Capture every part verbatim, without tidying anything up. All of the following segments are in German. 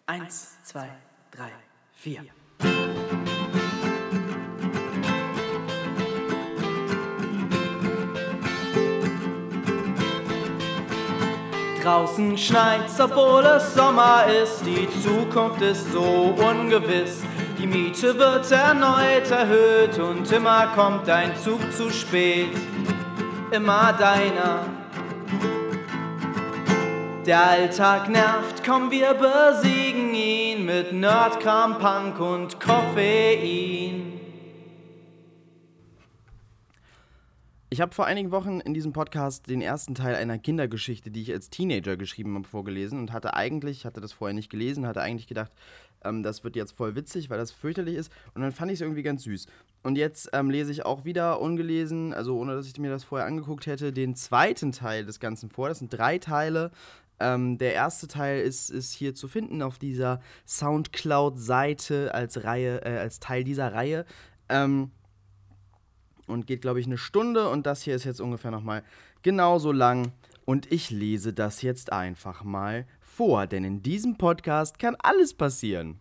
Eins, zwei, drei, vier. Draußen schneit's, obwohl es Sommer ist, die Zukunft ist so ungewiss. Die Miete wird erneut erhöht und immer kommt dein Zug zu spät. Immer deiner. Der Alltag nervt, komm, wir besiegen ihn mit Nerdkram, Punk und Koffein. Ich habe vor einigen Wochen in diesem Podcast den ersten Teil einer Kindergeschichte, die ich als Teenager geschrieben habe, vorgelesen und hatte eigentlich, hatte das vorher nicht gelesen, hatte eigentlich gedacht, ähm, das wird jetzt voll witzig, weil das fürchterlich ist, und dann fand ich es irgendwie ganz süß. Und jetzt ähm, lese ich auch wieder ungelesen, also ohne dass ich mir das vorher angeguckt hätte, den zweiten Teil des Ganzen vor. Das sind drei Teile. Ähm, der erste Teil ist, ist hier zu finden auf dieser Soundcloud-Seite als Reihe, äh, als Teil dieser Reihe. Ähm, Und geht, glaube ich, eine Stunde, und das hier ist jetzt ungefähr nochmal genauso lang. Und ich lese das jetzt einfach mal vor, denn in diesem Podcast kann alles passieren.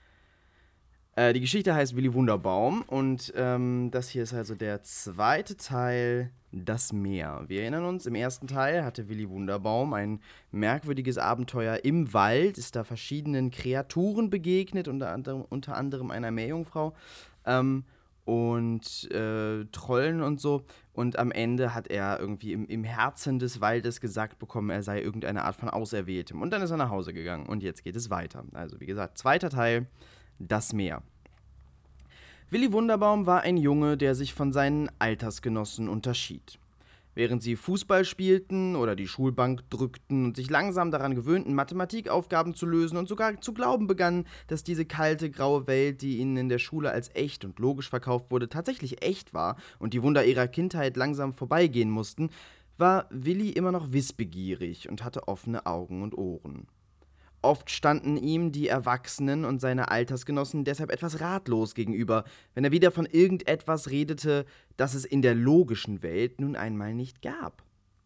Äh, die Geschichte heißt Willi Wunderbaum, und ähm, das hier ist also der zweite Teil, das Meer. Wir erinnern uns, im ersten Teil hatte Willi Wunderbaum ein merkwürdiges Abenteuer im Wald, ist da verschiedenen Kreaturen begegnet, unter anderem, unter anderem einer Meerjungfrau. Ähm, und äh, Trollen und so. Und am Ende hat er irgendwie im, im Herzen des Waldes gesagt bekommen, er sei irgendeine Art von Auserwähltem. Und dann ist er nach Hause gegangen. Und jetzt geht es weiter. Also wie gesagt, zweiter Teil, das Meer. Willi Wunderbaum war ein Junge, der sich von seinen Altersgenossen unterschied. Während sie Fußball spielten oder die Schulbank drückten und sich langsam daran gewöhnten, Mathematikaufgaben zu lösen und sogar zu glauben begannen, dass diese kalte, graue Welt, die ihnen in der Schule als echt und logisch verkauft wurde, tatsächlich echt war und die Wunder ihrer Kindheit langsam vorbeigehen mussten, war Willi immer noch wissbegierig und hatte offene Augen und Ohren. Oft standen ihm die Erwachsenen und seine Altersgenossen deshalb etwas ratlos gegenüber, wenn er wieder von irgendetwas redete, das es in der logischen Welt nun einmal nicht gab.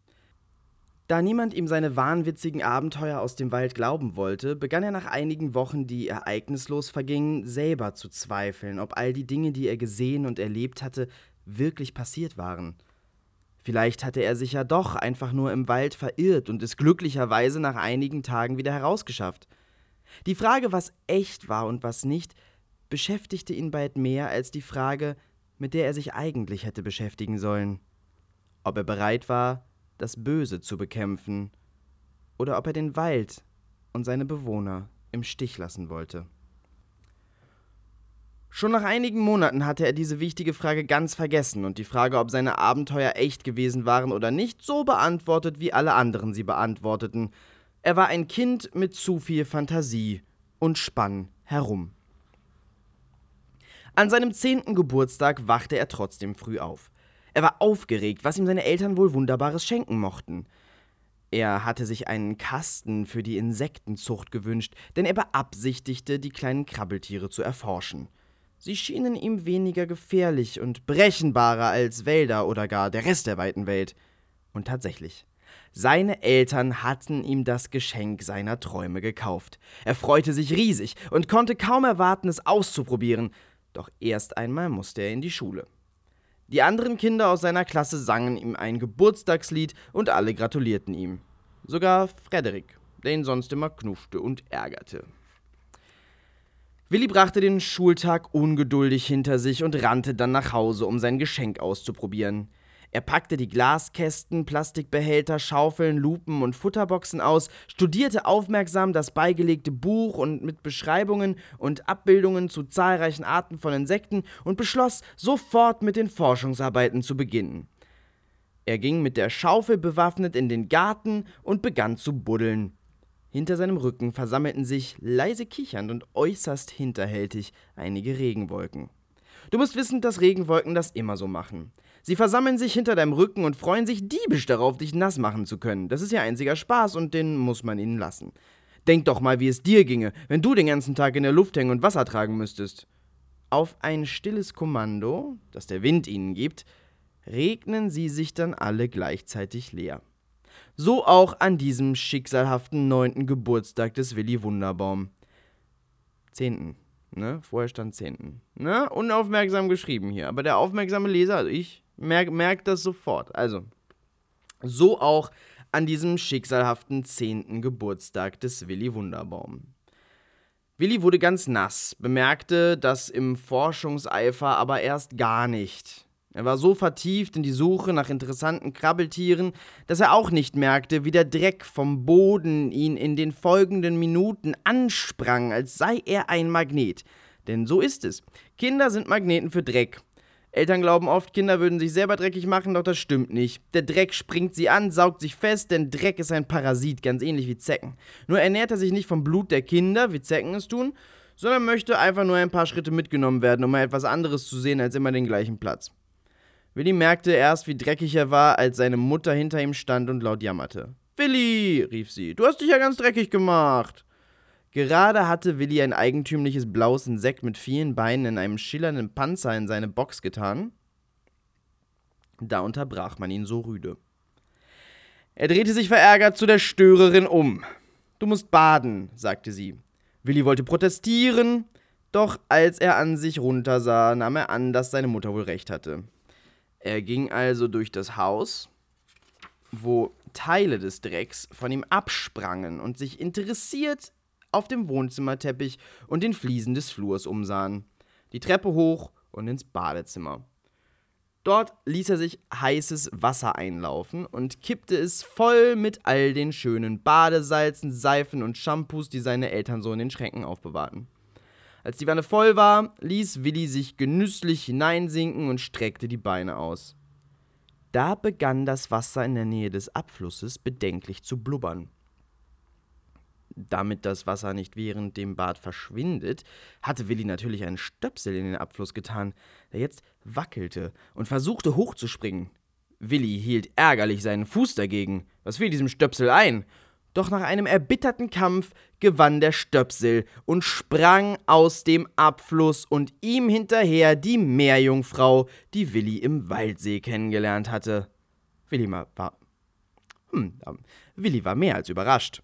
Da niemand ihm seine wahnwitzigen Abenteuer aus dem Wald glauben wollte, begann er nach einigen Wochen, die ereignislos vergingen, selber zu zweifeln, ob all die Dinge, die er gesehen und erlebt hatte, wirklich passiert waren. Vielleicht hatte er sich ja doch einfach nur im Wald verirrt und es glücklicherweise nach einigen Tagen wieder herausgeschafft. Die Frage, was echt war und was nicht, beschäftigte ihn bald mehr als die Frage, mit der er sich eigentlich hätte beschäftigen sollen. Ob er bereit war, das Böse zu bekämpfen, oder ob er den Wald und seine Bewohner im Stich lassen wollte. Schon nach einigen Monaten hatte er diese wichtige Frage ganz vergessen und die Frage, ob seine Abenteuer echt gewesen waren oder nicht, so beantwortet, wie alle anderen sie beantworteten. Er war ein Kind mit zu viel Fantasie und spann herum. An seinem zehnten Geburtstag wachte er trotzdem früh auf. Er war aufgeregt, was ihm seine Eltern wohl Wunderbares schenken mochten. Er hatte sich einen Kasten für die Insektenzucht gewünscht, denn er beabsichtigte, die kleinen Krabbeltiere zu erforschen. Sie schienen ihm weniger gefährlich und berechenbarer als Wälder oder gar der Rest der weiten Welt. Und tatsächlich, seine Eltern hatten ihm das Geschenk seiner Träume gekauft. Er freute sich riesig und konnte kaum erwarten, es auszuprobieren. Doch erst einmal musste er in die Schule. Die anderen Kinder aus seiner Klasse sangen ihm ein Geburtstagslied und alle gratulierten ihm. Sogar Frederik, der ihn sonst immer knuffte und ärgerte. Willi brachte den Schultag ungeduldig hinter sich und rannte dann nach Hause, um sein Geschenk auszuprobieren. Er packte die Glaskästen, Plastikbehälter, Schaufeln, Lupen und Futterboxen aus, studierte aufmerksam das beigelegte Buch und mit Beschreibungen und Abbildungen zu zahlreichen Arten von Insekten und beschloss, sofort mit den Forschungsarbeiten zu beginnen. Er ging mit der Schaufel bewaffnet in den Garten und begann zu buddeln. Hinter seinem Rücken versammelten sich, leise kichernd und äußerst hinterhältig, einige Regenwolken. Du musst wissen, dass Regenwolken das immer so machen. Sie versammeln sich hinter deinem Rücken und freuen sich diebisch darauf, dich nass machen zu können. Das ist ihr einziger Spaß und den muss man ihnen lassen. Denk doch mal, wie es dir ginge, wenn du den ganzen Tag in der Luft hängen und Wasser tragen müsstest. Auf ein stilles Kommando, das der Wind ihnen gibt, regnen sie sich dann alle gleichzeitig leer. So auch an diesem schicksalhaften neunten Geburtstag des Willi Wunderbaum. Zehnten. Ne? Vorher stand Zehnten. Ne? Unaufmerksam geschrieben hier. Aber der aufmerksame Leser, also ich, merkt merk das sofort. Also, so auch an diesem schicksalhaften zehnten Geburtstag des Willi Wunderbaum. Willi wurde ganz nass, bemerkte das im Forschungseifer aber erst gar nicht. Er war so vertieft in die Suche nach interessanten Krabbeltieren, dass er auch nicht merkte, wie der Dreck vom Boden ihn in den folgenden Minuten ansprang, als sei er ein Magnet. Denn so ist es. Kinder sind Magneten für Dreck. Eltern glauben oft, Kinder würden sich selber dreckig machen, doch das stimmt nicht. Der Dreck springt sie an, saugt sich fest, denn Dreck ist ein Parasit, ganz ähnlich wie Zecken. Nur ernährt er sich nicht vom Blut der Kinder, wie Zecken es tun, sondern möchte einfach nur ein paar Schritte mitgenommen werden, um mal etwas anderes zu sehen als immer den gleichen Platz. Willi merkte erst, wie dreckig er war, als seine Mutter hinter ihm stand und laut jammerte. »Willi«, rief sie, »du hast dich ja ganz dreckig gemacht.« Gerade hatte Willi ein eigentümliches blaues Insekt mit vielen Beinen in einem schillernden Panzer in seine Box getan. Da unterbrach man ihn so rüde. Er drehte sich verärgert zu der Störerin um. »Du musst baden«, sagte sie. Willi wollte protestieren, doch als er an sich runtersah, nahm er an, dass seine Mutter wohl recht hatte. Er ging also durch das Haus, wo Teile des Drecks von ihm absprangen und sich interessiert auf dem Wohnzimmerteppich und den Fliesen des Flurs umsahen, die Treppe hoch und ins Badezimmer. Dort ließ er sich heißes Wasser einlaufen und kippte es voll mit all den schönen Badesalzen, Seifen und Shampoos, die seine Eltern so in den Schränken aufbewahrten. Als die Wanne voll war, ließ Willi sich genüsslich hineinsinken und streckte die Beine aus. Da begann das Wasser in der Nähe des Abflusses bedenklich zu blubbern. Damit das Wasser nicht während dem Bad verschwindet, hatte Willi natürlich einen Stöpsel in den Abfluss getan, der jetzt wackelte und versuchte hochzuspringen. Willi hielt ärgerlich seinen Fuß dagegen. Was fiel diesem Stöpsel ein? Doch nach einem erbitterten Kampf gewann der Stöpsel und sprang aus dem Abfluss und ihm hinterher die Meerjungfrau, die Willi im Waldsee kennengelernt hatte. Willi war, hm, Willi war mehr als überrascht.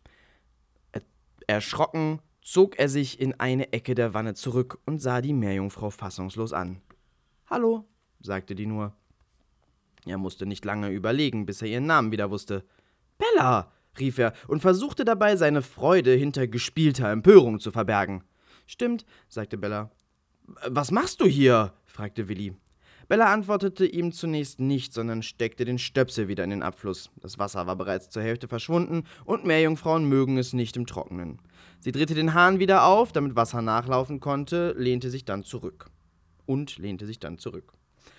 Erschrocken zog er sich in eine Ecke der Wanne zurück und sah die Meerjungfrau fassungslos an. »Hallo«, sagte die nur. Er musste nicht lange überlegen, bis er ihren Namen wieder wusste. »Bella«, rief er und versuchte dabei, seine Freude hinter gespielter Empörung zu verbergen. »Stimmt«, sagte Bella. »Was machst du hier?« fragte Willi. Bella antwortete ihm zunächst nicht, sondern steckte den Stöpsel wieder in den Abfluss. Das Wasser war bereits zur Hälfte verschwunden und Meerjungfrauen mögen es nicht im Trockenen. Sie drehte den Hahn wieder auf, damit Wasser nachlaufen konnte, lehnte sich dann zurück. Und lehnte sich dann zurück.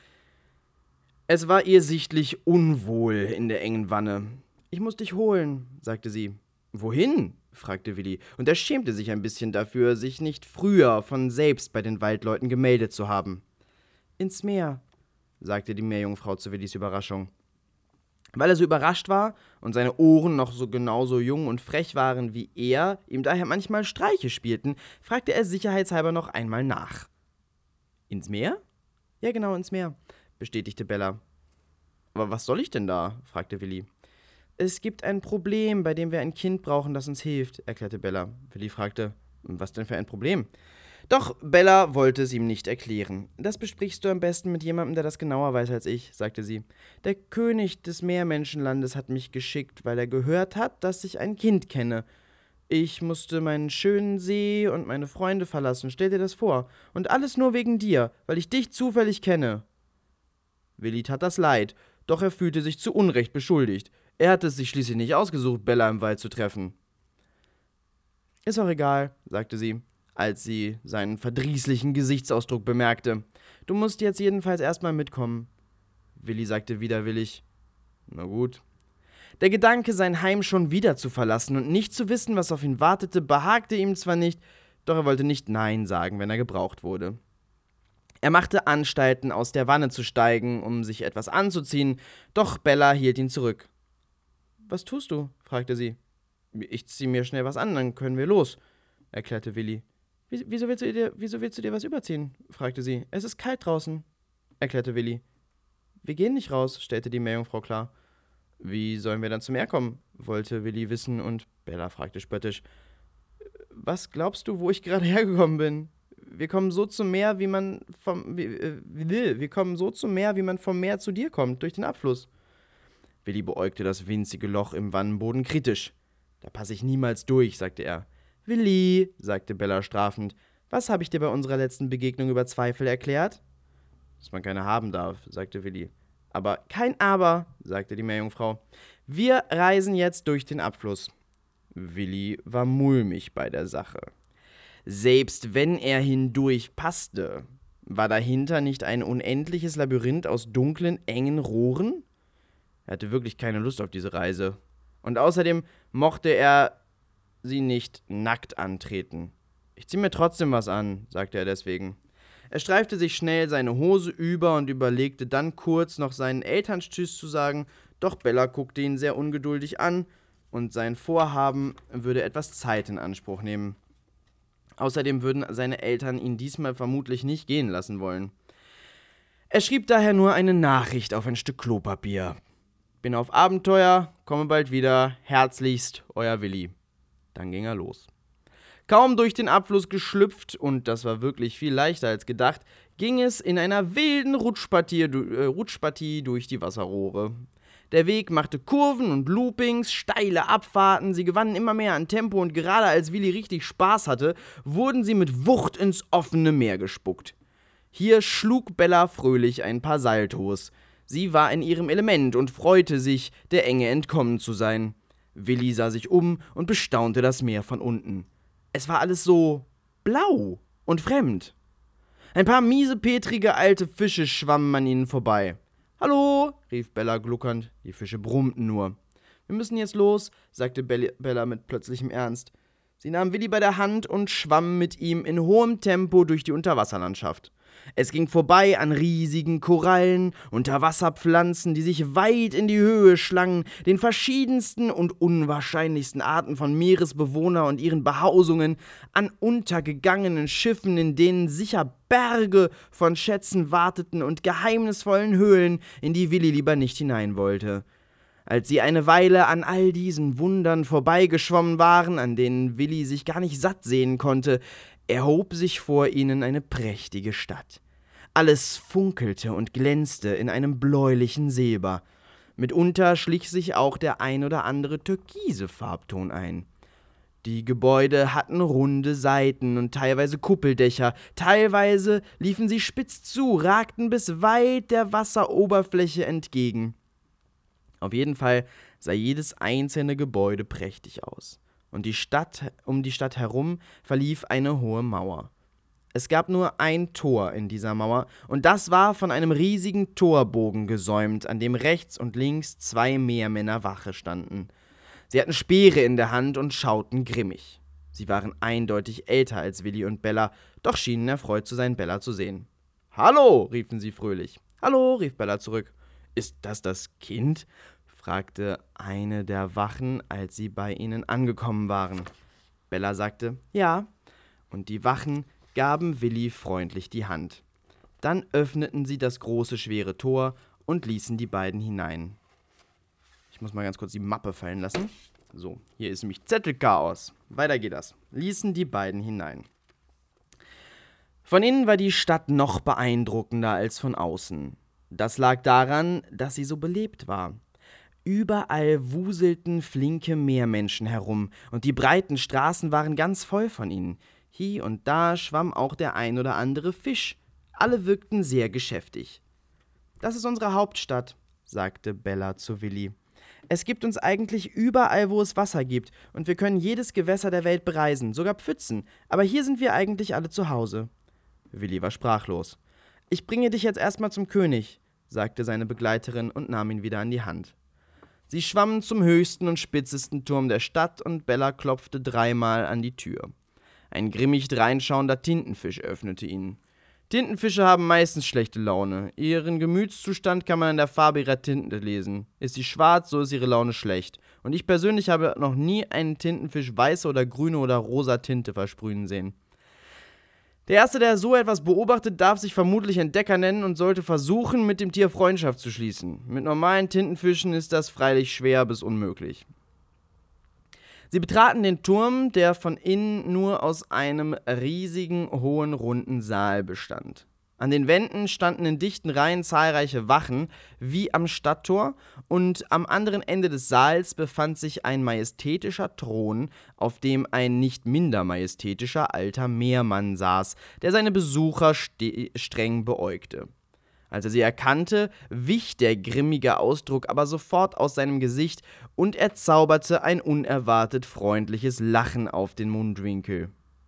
Es war ihr sichtlich unwohl in der engen Wanne. »Ich muss dich holen«, sagte sie. »Wohin?« fragte Willi, und er schämte sich ein bisschen dafür, sich nicht früher von selbst bei den Waldleuten gemeldet zu haben. »Ins Meer«, sagte die Meerjungfrau zu Willis Überraschung. Weil er so überrascht war und seine Ohren noch so genauso jung und frech waren wie er, ihm daher manchmal Streiche spielten, fragte er sicherheitshalber noch einmal nach. »Ins Meer?« »Ja, genau, ins Meer«, bestätigte Bella. »Aber was soll ich denn da?« fragte Willi. »Es gibt ein Problem, bei dem wir ein Kind brauchen, das uns hilft«, erklärte Bella. Willi fragte, »Was denn für ein Problem?« Doch Bella wollte es ihm nicht erklären. »Das besprichst du am besten mit jemandem, der das genauer weiß als ich«, sagte sie. »Der König des Meermenschenlandes hat mich geschickt, weil er gehört hat, dass ich ein Kind kenne. Ich musste meinen schönen See und meine Freunde verlassen, stell dir das vor. Und alles nur wegen dir, weil ich dich zufällig kenne.« Willi tat das leid, doch er fühlte sich zu Unrecht beschuldigt. Er hatte es sich schließlich nicht ausgesucht, Bella im Wald zu treffen. »Ist auch egal«, sagte sie, als sie seinen verdrießlichen Gesichtsausdruck bemerkte. »Du musst jetzt jedenfalls erstmal mitkommen.« Willi sagte widerwillig, »Na gut.« Der Gedanke, sein Heim schon wieder zu verlassen und nicht zu wissen, was auf ihn wartete, behagte ihm zwar nicht, doch er wollte nicht Nein sagen, wenn er gebraucht wurde. Er machte Anstalten, aus der Wanne zu steigen, um sich etwas anzuziehen, doch Bella hielt ihn zurück. »Was tust du?« fragte sie. »Ich zieh mir schnell was an, dann können wir los«, erklärte Willi. »Wieso willst du dir, wieso willst du dir was überziehen?« fragte sie. »Es ist kalt draußen«, erklärte Willi. »Wir gehen nicht raus«, stellte die Meerjungfrau klar. »Wie sollen wir dann zum Meer kommen?« wollte Willi wissen und Bella fragte spöttisch. was glaubst du, wo ich gerade hergekommen bin? Wir kommen so zum Meer, wie man vom wie, äh, will. Wir kommen so zum Meer, wie man vom Meer zu dir kommt, durch den Abfluss. Willi beäugte das winzige Loch im Wannenboden kritisch. Da passe ich niemals durch, sagte er. Willi, sagte Bella strafend, was habe ich dir bei unserer letzten Begegnung über Zweifel erklärt? Dass man keine haben darf, sagte Willi. Aber kein Aber, sagte die Meerjungfrau. Wir reisen jetzt durch den Abfluss. Willi war mulmig bei der Sache. Selbst wenn er hindurch passte, war dahinter nicht ein unendliches Labyrinth aus dunklen, engen Rohren? Er hatte wirklich keine Lust auf diese Reise. Und außerdem mochte er sie nicht nackt antreten. Ich zieh mir trotzdem was an, sagte er deswegen. Er streifte sich schnell seine Hose über und überlegte dann kurz, noch seinen Eltern Tschüss zu sagen, doch Bella guckte ihn sehr ungeduldig an und sein Vorhaben würde etwas Zeit in Anspruch nehmen. Außerdem würden seine Eltern ihn diesmal vermutlich nicht gehen lassen wollen. Er schrieb daher nur eine Nachricht auf ein Stück Klopapier. Bin auf Abenteuer, komme bald wieder, herzlichst, euer Willi. Dann ging er los. Kaum durch den Abfluss geschlüpft, und das war wirklich viel leichter als gedacht, ging es in einer wilden Rutschpartie, äh, Rutschpartie durch die Wasserrohre. Der Weg machte Kurven und Loopings, steile Abfahrten, sie gewannen immer mehr an Tempo und gerade als Willi richtig Spaß hatte, wurden sie mit Wucht ins offene Meer gespuckt. Hier schlug Bella fröhlich ein paar Saltos. Sie war in ihrem Element und freute sich, der Enge entkommen zu sein. Willi sah sich um und bestaunte das Meer von unten. Es war alles so blau und fremd. Ein paar miesepetrige alte Fische schwammen an ihnen vorbei. »Hallo«, rief Bella gluckernd, die Fische brummten nur. »Wir müssen jetzt los«, sagte Bella mit plötzlichem Ernst. Sie nahm Willi bei der Hand und schwamm mit ihm in hohem Tempo durch die Unterwasserlandschaft. Es ging vorbei an riesigen Korallen, Unterwasserpflanzen, die sich weit in die Höhe schlangen, den verschiedensten und unwahrscheinlichsten Arten von Meeresbewohnern und ihren Behausungen, an untergegangenen Schiffen, in denen sicher Berge von Schätzen warteten und geheimnisvollen Höhlen, in die Willi lieber nicht hinein wollte. Als sie eine Weile an all diesen Wundern vorbeigeschwommen waren, an denen Willi sich gar nicht satt sehen konnte, erhob sich vor ihnen eine prächtige Stadt. Alles funkelte und glänzte in einem bläulichen Silber. Mitunter schlich sich auch der ein oder andere türkise Farbton ein. Die Gebäude hatten runde Seiten und teilweise Kuppeldächer, teilweise liefen sie spitz zu, ragten bis weit der Wasseroberfläche entgegen. Auf jeden Fall sah jedes einzelne Gebäude prächtig aus. Und die Stadt, um die Stadt herum verlief eine hohe Mauer. Es gab nur ein Tor in dieser Mauer, und das war von einem riesigen Torbogen gesäumt, an dem rechts und links zwei Meermänner Wache standen. Sie hatten Speere in der Hand und schauten grimmig. Sie waren eindeutig älter als Willi und Bella, doch schienen erfreut zu sein, Bella zu sehen. »Hallo«, riefen sie fröhlich. »Hallo«, rief Bella zurück. »Ist das das Kind?« fragte eine der Wachen, als sie bei ihnen angekommen waren. Bella sagte, ja, und die Wachen gaben Willi freundlich die Hand. Dann öffneten sie das große, schwere Tor und ließen die beiden hinein. Ich muss mal ganz kurz die Mappe fallen lassen. So, hier ist nämlich Zettelchaos. Weiter geht das. Ließen die beiden hinein. Von innen war die Stadt noch beeindruckender als von außen. Das lag daran, dass sie so belebt war. Überall wuselten flinke Meermenschen herum, und die breiten Straßen waren ganz voll von ihnen. Hier und da schwamm auch der ein oder andere Fisch. Alle wirkten sehr geschäftig. »Das ist unsere Hauptstadt«, sagte Bella zu Willi. »Es gibt uns eigentlich überall, wo es Wasser gibt, und wir können jedes Gewässer der Welt bereisen, sogar Pfützen, aber hier sind wir eigentlich alle zu Hause.« Willi war sprachlos. »Ich bringe dich jetzt erstmal zum König«, sagte seine Begleiterin und nahm ihn wieder an die Hand. Sie schwammen zum höchsten und spitzesten Turm der Stadt und Bella klopfte dreimal an die Tür. Ein grimmig dreinschauender Tintenfisch öffnete ihnen. Tintenfische haben meistens schlechte Laune. Ihren Gemütszustand kann man in der Farbe ihrer Tinte lesen. Ist sie schwarz, so ist ihre Laune schlecht. Und ich persönlich habe noch nie einen Tintenfisch weiße oder grüne oder rosa Tinte versprühen sehen. Der Erste, der so etwas beobachtet, darf sich vermutlich Entdecker nennen und sollte versuchen, mit dem Tier Freundschaft zu schließen. Mit normalen Tintenfischen ist das freilich schwer bis unmöglich. Sie betraten den Turm, der von innen nur aus einem riesigen, hohen, runden Saal bestand. An den Wänden standen in dichten Reihen zahlreiche Wachen, wie am Stadttor, und am anderen Ende des Saals befand sich ein majestätischer Thron, auf dem ein nicht minder majestätischer alter Meermann saß, der seine Besucher ste- streng beäugte. Als er sie erkannte, wich der grimmige Ausdruck aber sofort aus seinem Gesicht und er zauberte ein unerwartet freundliches Lachen auf den Mundwinkel.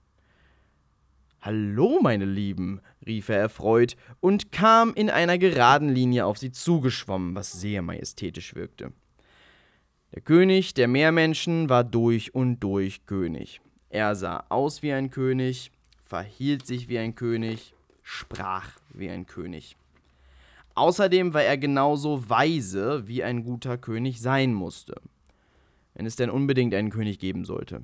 »Hallo, meine Lieben«, rief er erfreut und kam in einer geraden Linie auf sie zugeschwommen, was sehr majestätisch wirkte. Der König der Meermenschen war durch und durch König. Er sah aus wie ein König, verhielt sich wie ein König, sprach wie ein König. Außerdem war er genauso weise, wie ein guter König sein musste, wenn es denn unbedingt einen König geben sollte.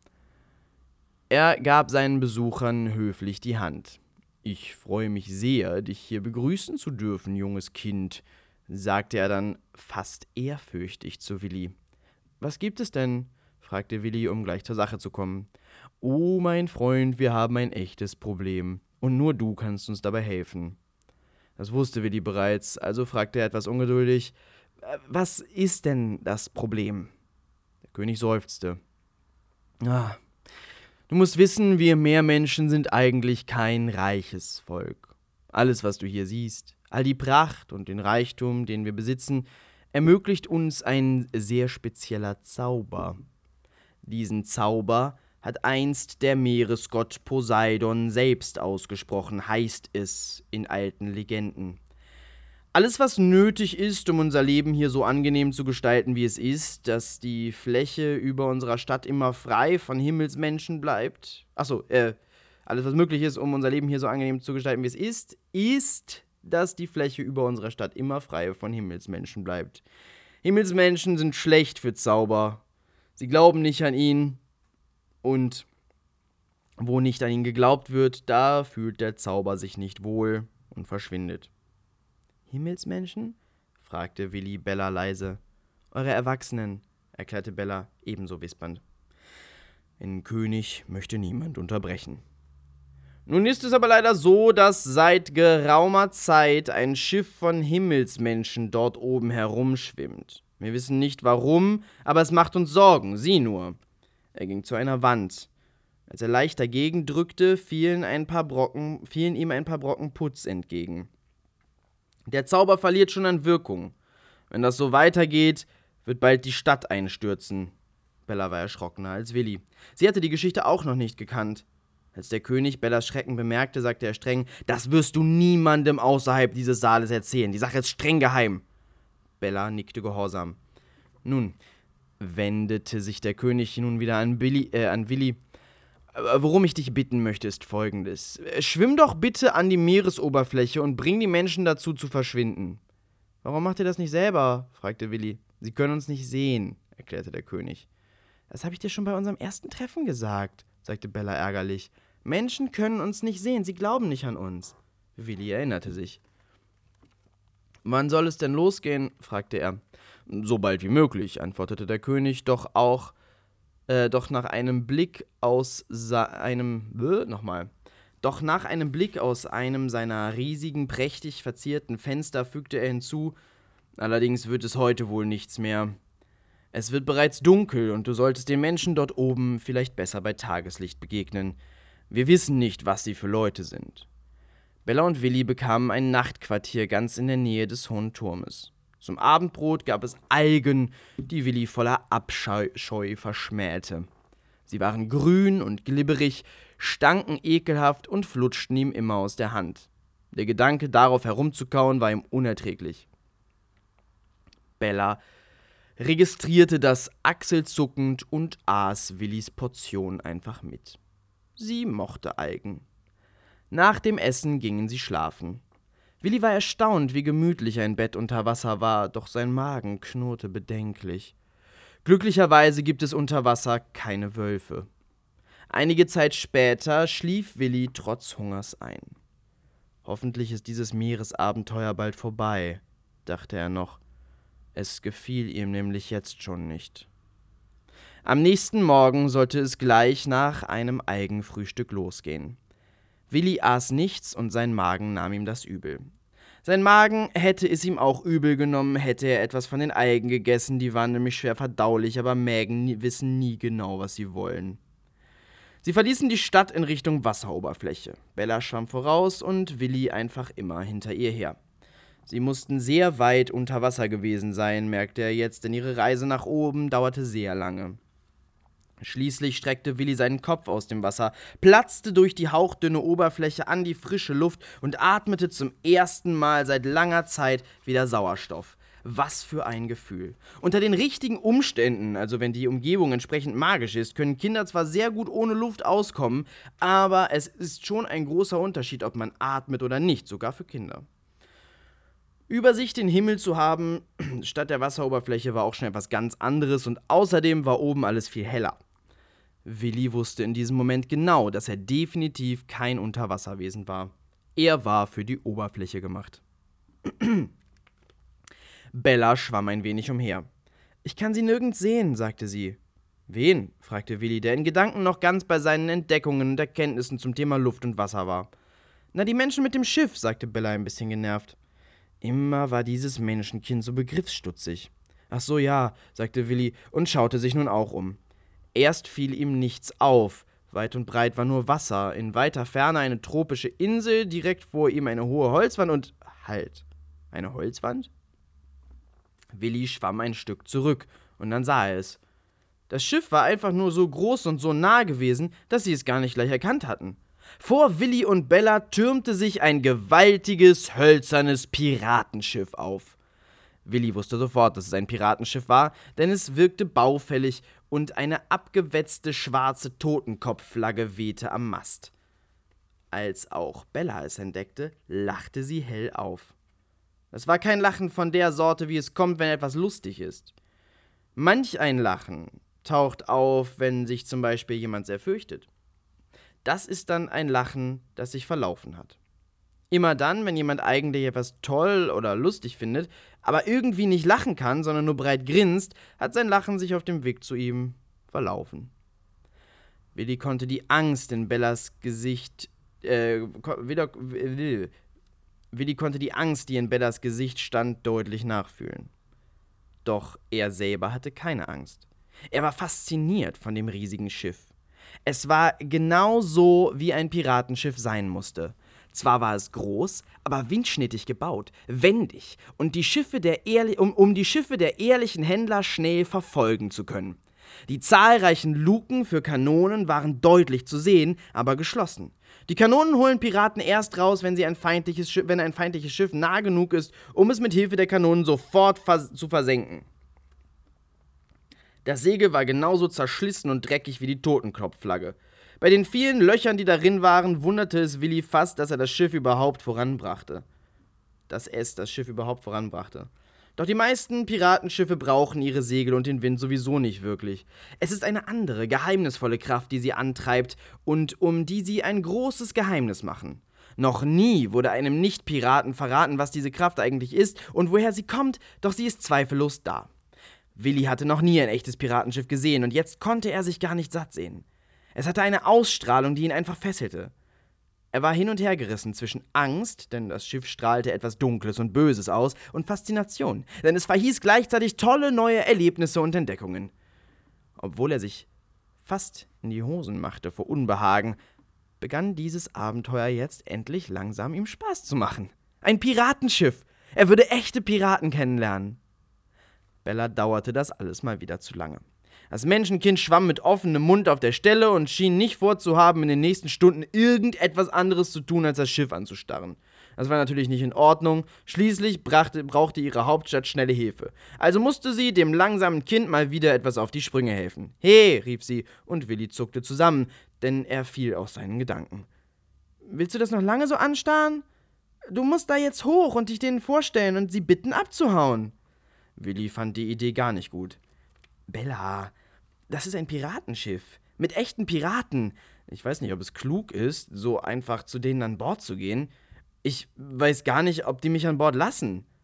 Er gab seinen Besuchern höflich die Hand. »Ich freue mich sehr, dich hier begrüßen zu dürfen, junges Kind«, sagte er dann fast ehrfürchtig zu Willi. »Was gibt es denn?« fragte Willi, um gleich zur Sache zu kommen. »Oh, mein Freund, wir haben ein echtes Problem, und nur du kannst uns dabei helfen.« Das wusste Willi bereits, also fragte er etwas ungeduldig, »Was ist denn das Problem?« Der König seufzte. »Ah, du musst wissen, wir Meermenschen sind eigentlich kein reiches Volk. Alles, was du hier siehst, all die Pracht und den Reichtum, den wir besitzen, ermöglicht uns ein sehr spezieller Zauber. Diesen Zauber hat einst der Meeresgott Poseidon selbst ausgesprochen, heißt es in alten Legenden. Alles, was nötig ist, um unser Leben hier so angenehm zu gestalten, wie es ist, dass die Fläche über unserer Stadt immer frei von Himmelsmenschen bleibt. Achso, äh, alles, was möglich ist, um unser Leben hier so angenehm zu gestalten, wie es ist, ist, dass die Fläche über unserer Stadt immer frei von Himmelsmenschen bleibt. Himmelsmenschen sind schlecht für Zauber. Sie glauben nicht an ihn. Und wo nicht an ihn geglaubt wird, da fühlt der Zauber sich nicht wohl und verschwindet.« »Himmelsmenschen?« fragte Willi Bella leise. »Eure Erwachsenen«, erklärte Bella ebenso wispernd. »Den König möchte niemand unterbrechen.« »Nun ist es aber leider so, dass seit geraumer Zeit ein Schiff von Himmelsmenschen dort oben herumschwimmt. Wir wissen nicht warum, aber es macht uns Sorgen, sieh nur.« Er ging zu einer Wand. Als er leicht dagegen drückte, fielen, ein paar Brocken, fielen ihm ein paar Brocken Putz entgegen. »Der Zauber verliert schon an Wirkung. Wenn das so weitergeht, wird bald die Stadt einstürzen.« Bella war erschrockener als Willi. Sie hatte die Geschichte auch noch nicht gekannt. Als der König Bellas Schrecken bemerkte, sagte er streng, »Das wirst du niemandem außerhalb dieses Saales erzählen. Die Sache ist streng geheim.« Bella nickte gehorsam. Nun wendete sich der König nun wieder an, Billy, äh, an Willi. »Worum ich dich bitten möchte, ist Folgendes. Schwimm doch bitte an die Meeresoberfläche und bring die Menschen dazu zu verschwinden.« »Warum macht ihr das nicht selber?« fragte Willi. »Sie können uns nicht sehen«, erklärte der König. »Das habe ich dir schon bei unserem ersten Treffen gesagt«, sagte Bella ärgerlich. »Menschen können uns nicht sehen, sie glauben nicht an uns.« Willi erinnerte sich. »Wann soll es denn losgehen?« fragte er. »So bald wie möglich«, antwortete der König, doch auch Äh, doch nach einem Blick aus sa- einem, äh, nochmal, doch nach einem Blick aus einem seiner riesigen, prächtig verzierten Fenster fügte er hinzu, »allerdings wird es heute wohl nichts mehr. Es wird bereits dunkel und du solltest den Menschen dort oben vielleicht besser bei Tageslicht begegnen. Wir wissen nicht, was sie für Leute sind.« Bella und Willi bekamen ein Nachtquartier ganz in der Nähe des Hohen Turmes. Zum Abendbrot gab es Algen, die Willi voller Abscheu verschmähte. Sie waren grün und glibberig, stanken ekelhaft und flutschten ihm immer aus der Hand. Der Gedanke, darauf herumzukauen, war ihm unerträglich. Bella registrierte das achselzuckend und aß Willis Portion einfach mit. Sie mochte Algen. Nach dem Essen gingen sie schlafen. Willi war erstaunt, wie gemütlich ein Bett unter Wasser war, doch sein Magen knurrte bedenklich. Glücklicherweise gibt es unter Wasser keine Wölfe. Einige Zeit später schlief Willi trotz Hungers ein. Hoffentlich ist dieses Meeresabenteuer bald vorbei, dachte er noch. Es gefiel ihm nämlich jetzt schon nicht. Am nächsten Morgen sollte es gleich nach einem Algenfrühstück losgehen. Willi aß nichts und sein Magen nahm ihm das übel. Sein Magen hätte es ihm auch übel genommen, hätte er etwas von den Algen gegessen, die waren nämlich schwer verdaulich, aber Mägen wissen nie genau, was sie wollen. Sie verließen die Stadt in Richtung Wasseroberfläche. Bella schwamm voraus und Willi einfach immer hinter ihr her. Sie mussten sehr weit unter Wasser gewesen sein, merkte er jetzt, denn ihre Reise nach oben dauerte sehr lange. Schließlich streckte Willi seinen Kopf aus dem Wasser, platzte durch die hauchdünne Oberfläche an die frische Luft und atmete zum ersten Mal seit langer Zeit wieder Sauerstoff. Was für ein Gefühl. Unter den richtigen Umständen, also wenn die Umgebung entsprechend magisch ist, können Kinder zwar sehr gut ohne Luft auskommen, aber es ist schon ein großer Unterschied, ob man atmet oder nicht, sogar für Kinder. Über sich den Himmel zu haben, statt der Wasseroberfläche, war auch schon etwas ganz anderes und außerdem war oben alles viel heller. Willi wusste in diesem Moment genau, dass er definitiv kein Unterwasserwesen war. Er war für die Oberfläche gemacht. Bella schwamm ein wenig umher. »Ich kann sie nirgends sehen«, sagte sie. »Wen?« fragte Willi, der in Gedanken noch ganz bei seinen Entdeckungen und Erkenntnissen zum Thema Luft und Wasser war. »Na, die Menschen mit dem Schiff«, sagte Bella ein bisschen genervt. Immer war dieses Menschenkind so begriffsstutzig. »Ach so, ja«, sagte Willi und schaute sich nun auch um. Erst fiel ihm nichts auf. Weit und breit war nur Wasser, in weiter Ferne eine tropische Insel, direkt vor ihm eine hohe Holzwand und... Halt, eine Holzwand? Willi schwamm ein Stück zurück und dann sah er es. Das Schiff war einfach nur so groß und so nah gewesen, dass sie es gar nicht gleich erkannt hatten. Vor Willi und Bella türmte sich ein gewaltiges, hölzernes Piratenschiff auf. Willi wusste sofort, dass es ein Piratenschiff war, denn es wirkte baufällig und eine abgewetzte schwarze Totenkopfflagge wehte am Mast. Als auch Bella es entdeckte, lachte sie hell auf. Es war kein Lachen von der Sorte, wie es kommt, wenn etwas lustig ist. Manch ein Lachen taucht auf, wenn sich zum Beispiel jemand sehr fürchtet. Das ist dann ein Lachen, das sich verlaufen hat. Immer dann, wenn jemand eigentlich etwas toll oder lustig findet, aber irgendwie nicht lachen kann, sondern nur breit grinst, hat sein Lachen sich auf dem Weg zu ihm verlaufen. Willi konnte die Angst in Bellas Gesicht, äh, wieder, Willi, Willi konnte die Angst, die in Bellas Gesicht stand, deutlich nachfühlen. Doch er selber hatte keine Angst. Er war fasziniert von dem riesigen Schiff. Es war genau so, wie ein Piratenschiff sein musste. Zwar war es groß, aber windschnittig gebaut, wendig, und die Schiffe der Ehrli- um, um die Schiffe der ehrlichen Händler schnell verfolgen zu können. Die zahlreichen Luken für Kanonen waren deutlich zu sehen, aber geschlossen. Die Kanonen holen Piraten erst raus, wenn, sie ein feindliches Schiff, wenn ein feindliches Schiff nah genug ist, um es mit Hilfe der Kanonen sofort vers- zu versenken. Das Segel war genauso zerschlissen und dreckig wie die Totenkopfflagge. Bei den vielen Löchern, die darin waren, wunderte es Willi fast, dass er das Schiff überhaupt voranbrachte. Dass es das Schiff überhaupt voranbrachte. Doch die meisten Piratenschiffe brauchen ihre Segel und den Wind sowieso nicht wirklich. Es ist eine andere, geheimnisvolle Kraft, die sie antreibt und um die sie ein großes Geheimnis machen. Noch nie wurde einem Nicht-Piraten verraten, was diese Kraft eigentlich ist und woher sie kommt, doch sie ist zweifellos da. Willi hatte noch nie ein echtes Piratenschiff gesehen und jetzt konnte er sich gar nicht satt sehen. Es hatte eine Ausstrahlung, die ihn einfach fesselte. Er war hin und her gerissen zwischen Angst, denn das Schiff strahlte etwas Dunkles und Böses aus, und Faszination, denn es verhieß gleichzeitig tolle neue Erlebnisse und Entdeckungen. Obwohl er sich fast in die Hosen machte vor Unbehagen, begann dieses Abenteuer jetzt endlich langsam ihm Spaß zu machen. Ein Piratenschiff! Er würde echte Piraten kennenlernen. Bella dauerte das alles mal wieder zu lange. Das Menschenkind schwamm mit offenem Mund auf der Stelle und schien nicht vorzuhaben, in den nächsten Stunden irgendetwas anderes zu tun, als das Schiff anzustarren. Das war natürlich nicht in Ordnung. Schließlich brachte, brauchte ihre Hauptstadt schnelle Hilfe. Also musste sie dem langsamen Kind mal wieder etwas auf die Sprünge helfen. »Hey«, rief sie, und Willi zuckte zusammen, denn er fiel aus seinen Gedanken. »Willst du das noch lange so anstarren? Du musst da jetzt hoch und dich denen vorstellen und sie bitten abzuhauen.« Willi fand die Idee gar nicht gut. »Bella, das ist ein Piratenschiff. Mit echten Piraten. Ich weiß nicht, ob es klug ist, so einfach zu denen an Bord zu gehen. Ich weiß gar nicht, ob die mich an Bord lassen.«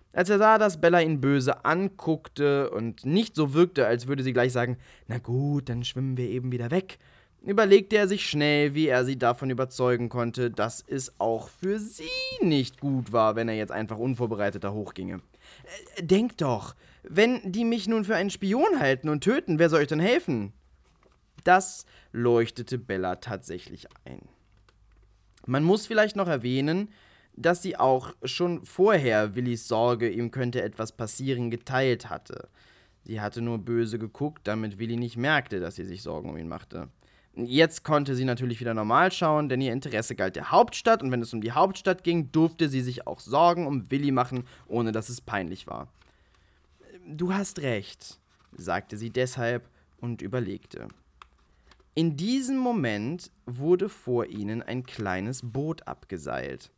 Als er sah, dass Bella ihn böse anguckte und nicht so wirkte, als würde sie gleich sagen, na gut, dann schwimmen wir eben wieder weg, überlegte er sich schnell, wie er sie davon überzeugen konnte, dass es auch für sie nicht gut war, wenn er jetzt einfach unvorbereitet da hochginge. Äh, denk doch, wenn die mich nun für einen Spion halten und töten, wer soll euch denn helfen? Das leuchtete Bella tatsächlich ein. Man muss vielleicht noch erwähnen, dass sie auch schon vorher Willys Sorge, ihm könnte etwas passieren, geteilt hatte. Sie hatte nur böse geguckt, damit Willi nicht merkte, dass sie sich Sorgen um ihn machte. Jetzt konnte sie natürlich wieder normal schauen, denn ihr Interesse galt der Hauptstadt und wenn es um die Hauptstadt ging, durfte sie sich auch Sorgen um Willi machen, ohne dass es peinlich war. Du hast recht, sagte sie deshalb und überlegte. In diesem Moment wurde vor ihnen ein kleines Boot abgeseilt.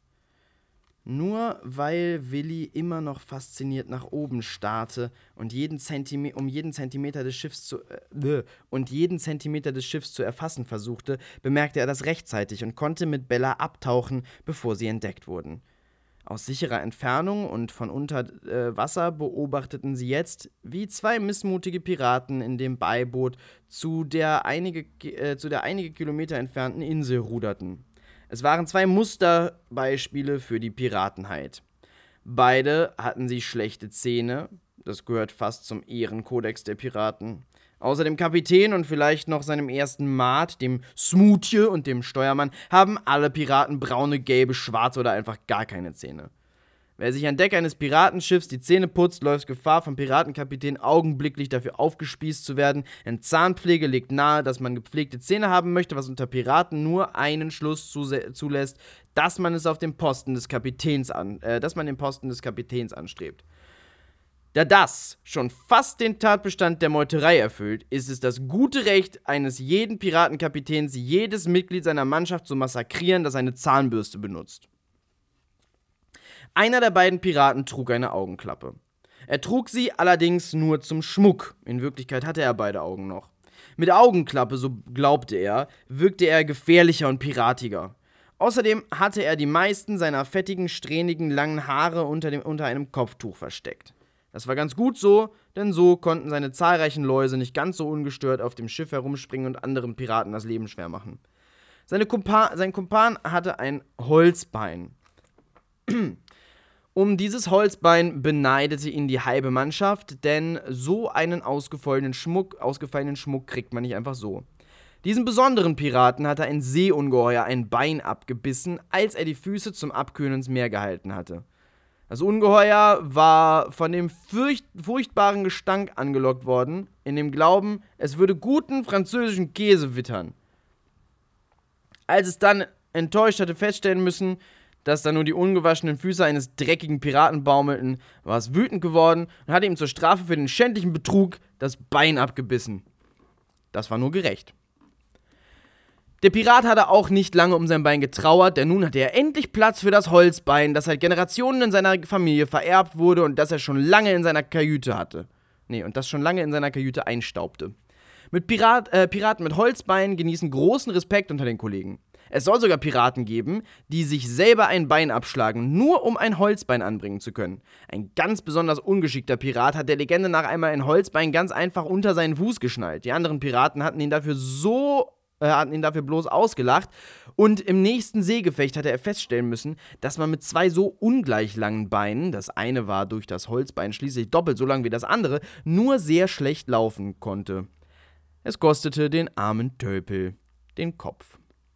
Nur weil Willi immer noch fasziniert nach oben starrte und jeden Zentime- um jeden Zentimeter des Schiffs zu äh, und jeden Zentimeter des Schiffs zu erfassen versuchte, bemerkte er das rechtzeitig und konnte mit Bella abtauchen, bevor sie entdeckt wurden. Aus sicherer Entfernung und von unter äh, Wasser beobachteten sie jetzt, wie zwei missmutige Piraten in dem Beiboot zu der einige, äh, zu der einige Kilometer entfernten Insel ruderten. Es waren zwei Musterbeispiele für die Piratenheit. Beide hatten sie schlechte Zähne, das gehört fast zum Ehrenkodex der Piraten. Außer dem Kapitän und vielleicht noch seinem ersten Maat, dem Smoothie und dem Steuermann, haben alle Piraten braune, gelbe, schwarze oder einfach gar keine Zähne. Wer sich an Deck eines Piratenschiffs die Zähne putzt, läuft Gefahr, vom Piratenkapitän augenblicklich dafür aufgespießt zu werden. Denn Zahnpflege legt nahe, dass man gepflegte Zähne haben möchte, was unter Piraten nur einen Schluss zulässt, dass man es auf dem Posten des Kapitäns an, äh, dass man den Posten des Kapitäns anstrebt. Da das schon fast den Tatbestand der Meuterei erfüllt, ist es das gute Recht eines jeden Piratenkapitäns, jedes Mitglied seiner Mannschaft zu massakrieren, das eine Zahnbürste benutzt. Einer der beiden Piraten trug eine Augenklappe. Er trug sie allerdings nur zum Schmuck. In Wirklichkeit hatte er beide Augen noch. Mit Augenklappe, so glaubte er, wirkte er gefährlicher und piratiger. Außerdem hatte er die meisten seiner fettigen, strähnigen, langen Haare unter, dem, unter einem Kopftuch versteckt. Das war ganz gut so, denn so konnten seine zahlreichen Läuse nicht ganz so ungestört auf dem Schiff herumspringen und anderen Piraten das Leben schwer machen. Seine Kumpa- sein Kumpan hatte ein Holzbein. Um dieses Holzbein beneidete ihn die halbe Mannschaft, denn so einen ausgefallenen Schmuck, ausgefallenen Schmuck kriegt man nicht einfach so. Diesem besonderen Piraten hatte ein Seeungeheuer ein Bein abgebissen, als er die Füße zum Abkühlen ins Meer gehalten hatte. Das Ungeheuer war von dem furcht- furchtbaren Gestank angelockt worden, in dem Glauben, es würde guten französischen Käse wittern. Als es dann enttäuscht hatte feststellen müssen, dass da nur die ungewaschenen Füße eines dreckigen Piraten baumelten, war es wütend geworden und hatte ihm zur Strafe für den schändlichen Betrug das Bein abgebissen. Das war nur gerecht. Der Pirat hatte auch nicht lange um sein Bein getrauert, denn nun hatte er endlich Platz für das Holzbein, das seit Generationen in seiner Familie vererbt wurde und das er schon lange in seiner Kajüte hatte. Nee, und das schon lange in seiner Kajüte einstaubte. Mit Pirat, äh, Piraten mit Holzbeinen genießen großen Respekt unter den Kollegen. Es soll sogar Piraten geben, die sich selber ein Bein abschlagen, nur um ein Holzbein anbringen zu können. Ein ganz besonders ungeschickter Pirat hat der Legende nach einmal ein Holzbein ganz einfach unter seinen Fuß geschnallt. Die anderen Piraten hatten ihn dafür so, äh, hatten ihn dafür bloß ausgelacht und im nächsten Seegefecht hatte er feststellen müssen, dass man mit zwei so ungleich langen Beinen, das eine war durch das Holzbein schließlich doppelt so lang wie das andere, nur sehr schlecht laufen konnte. Es kostete den armen Tölpel den Kopf.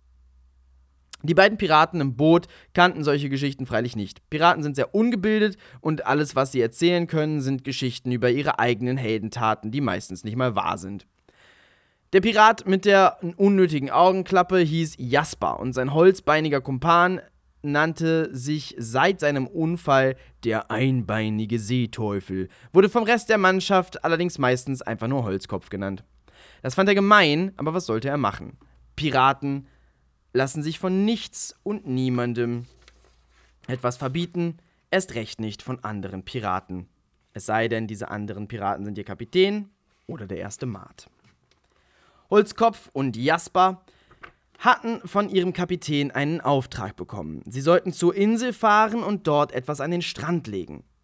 Die beiden Piraten im Boot kannten solche Geschichten freilich nicht. Piraten sind sehr ungebildet und alles, was sie erzählen können, sind Geschichten über ihre eigenen Heldentaten, die meistens nicht mal wahr sind. Der Pirat mit der unnötigen Augenklappe hieß Jasper und sein holzbeiniger Kumpan nannte sich seit seinem Unfall der einbeinige Seeteufel, wurde vom Rest der Mannschaft allerdings meistens einfach nur Holzkopf genannt. Das fand er gemein, aber was sollte er machen? Piraten lassen sich von nichts und niemandem etwas verbieten, erst recht nicht von anderen Piraten. Es sei denn, diese anderen Piraten sind ihr Kapitän oder der erste Maat. Holzkopf und Jasper hatten von ihrem Kapitän einen Auftrag bekommen. Sie sollten zur Insel fahren und dort etwas an den Strand legen.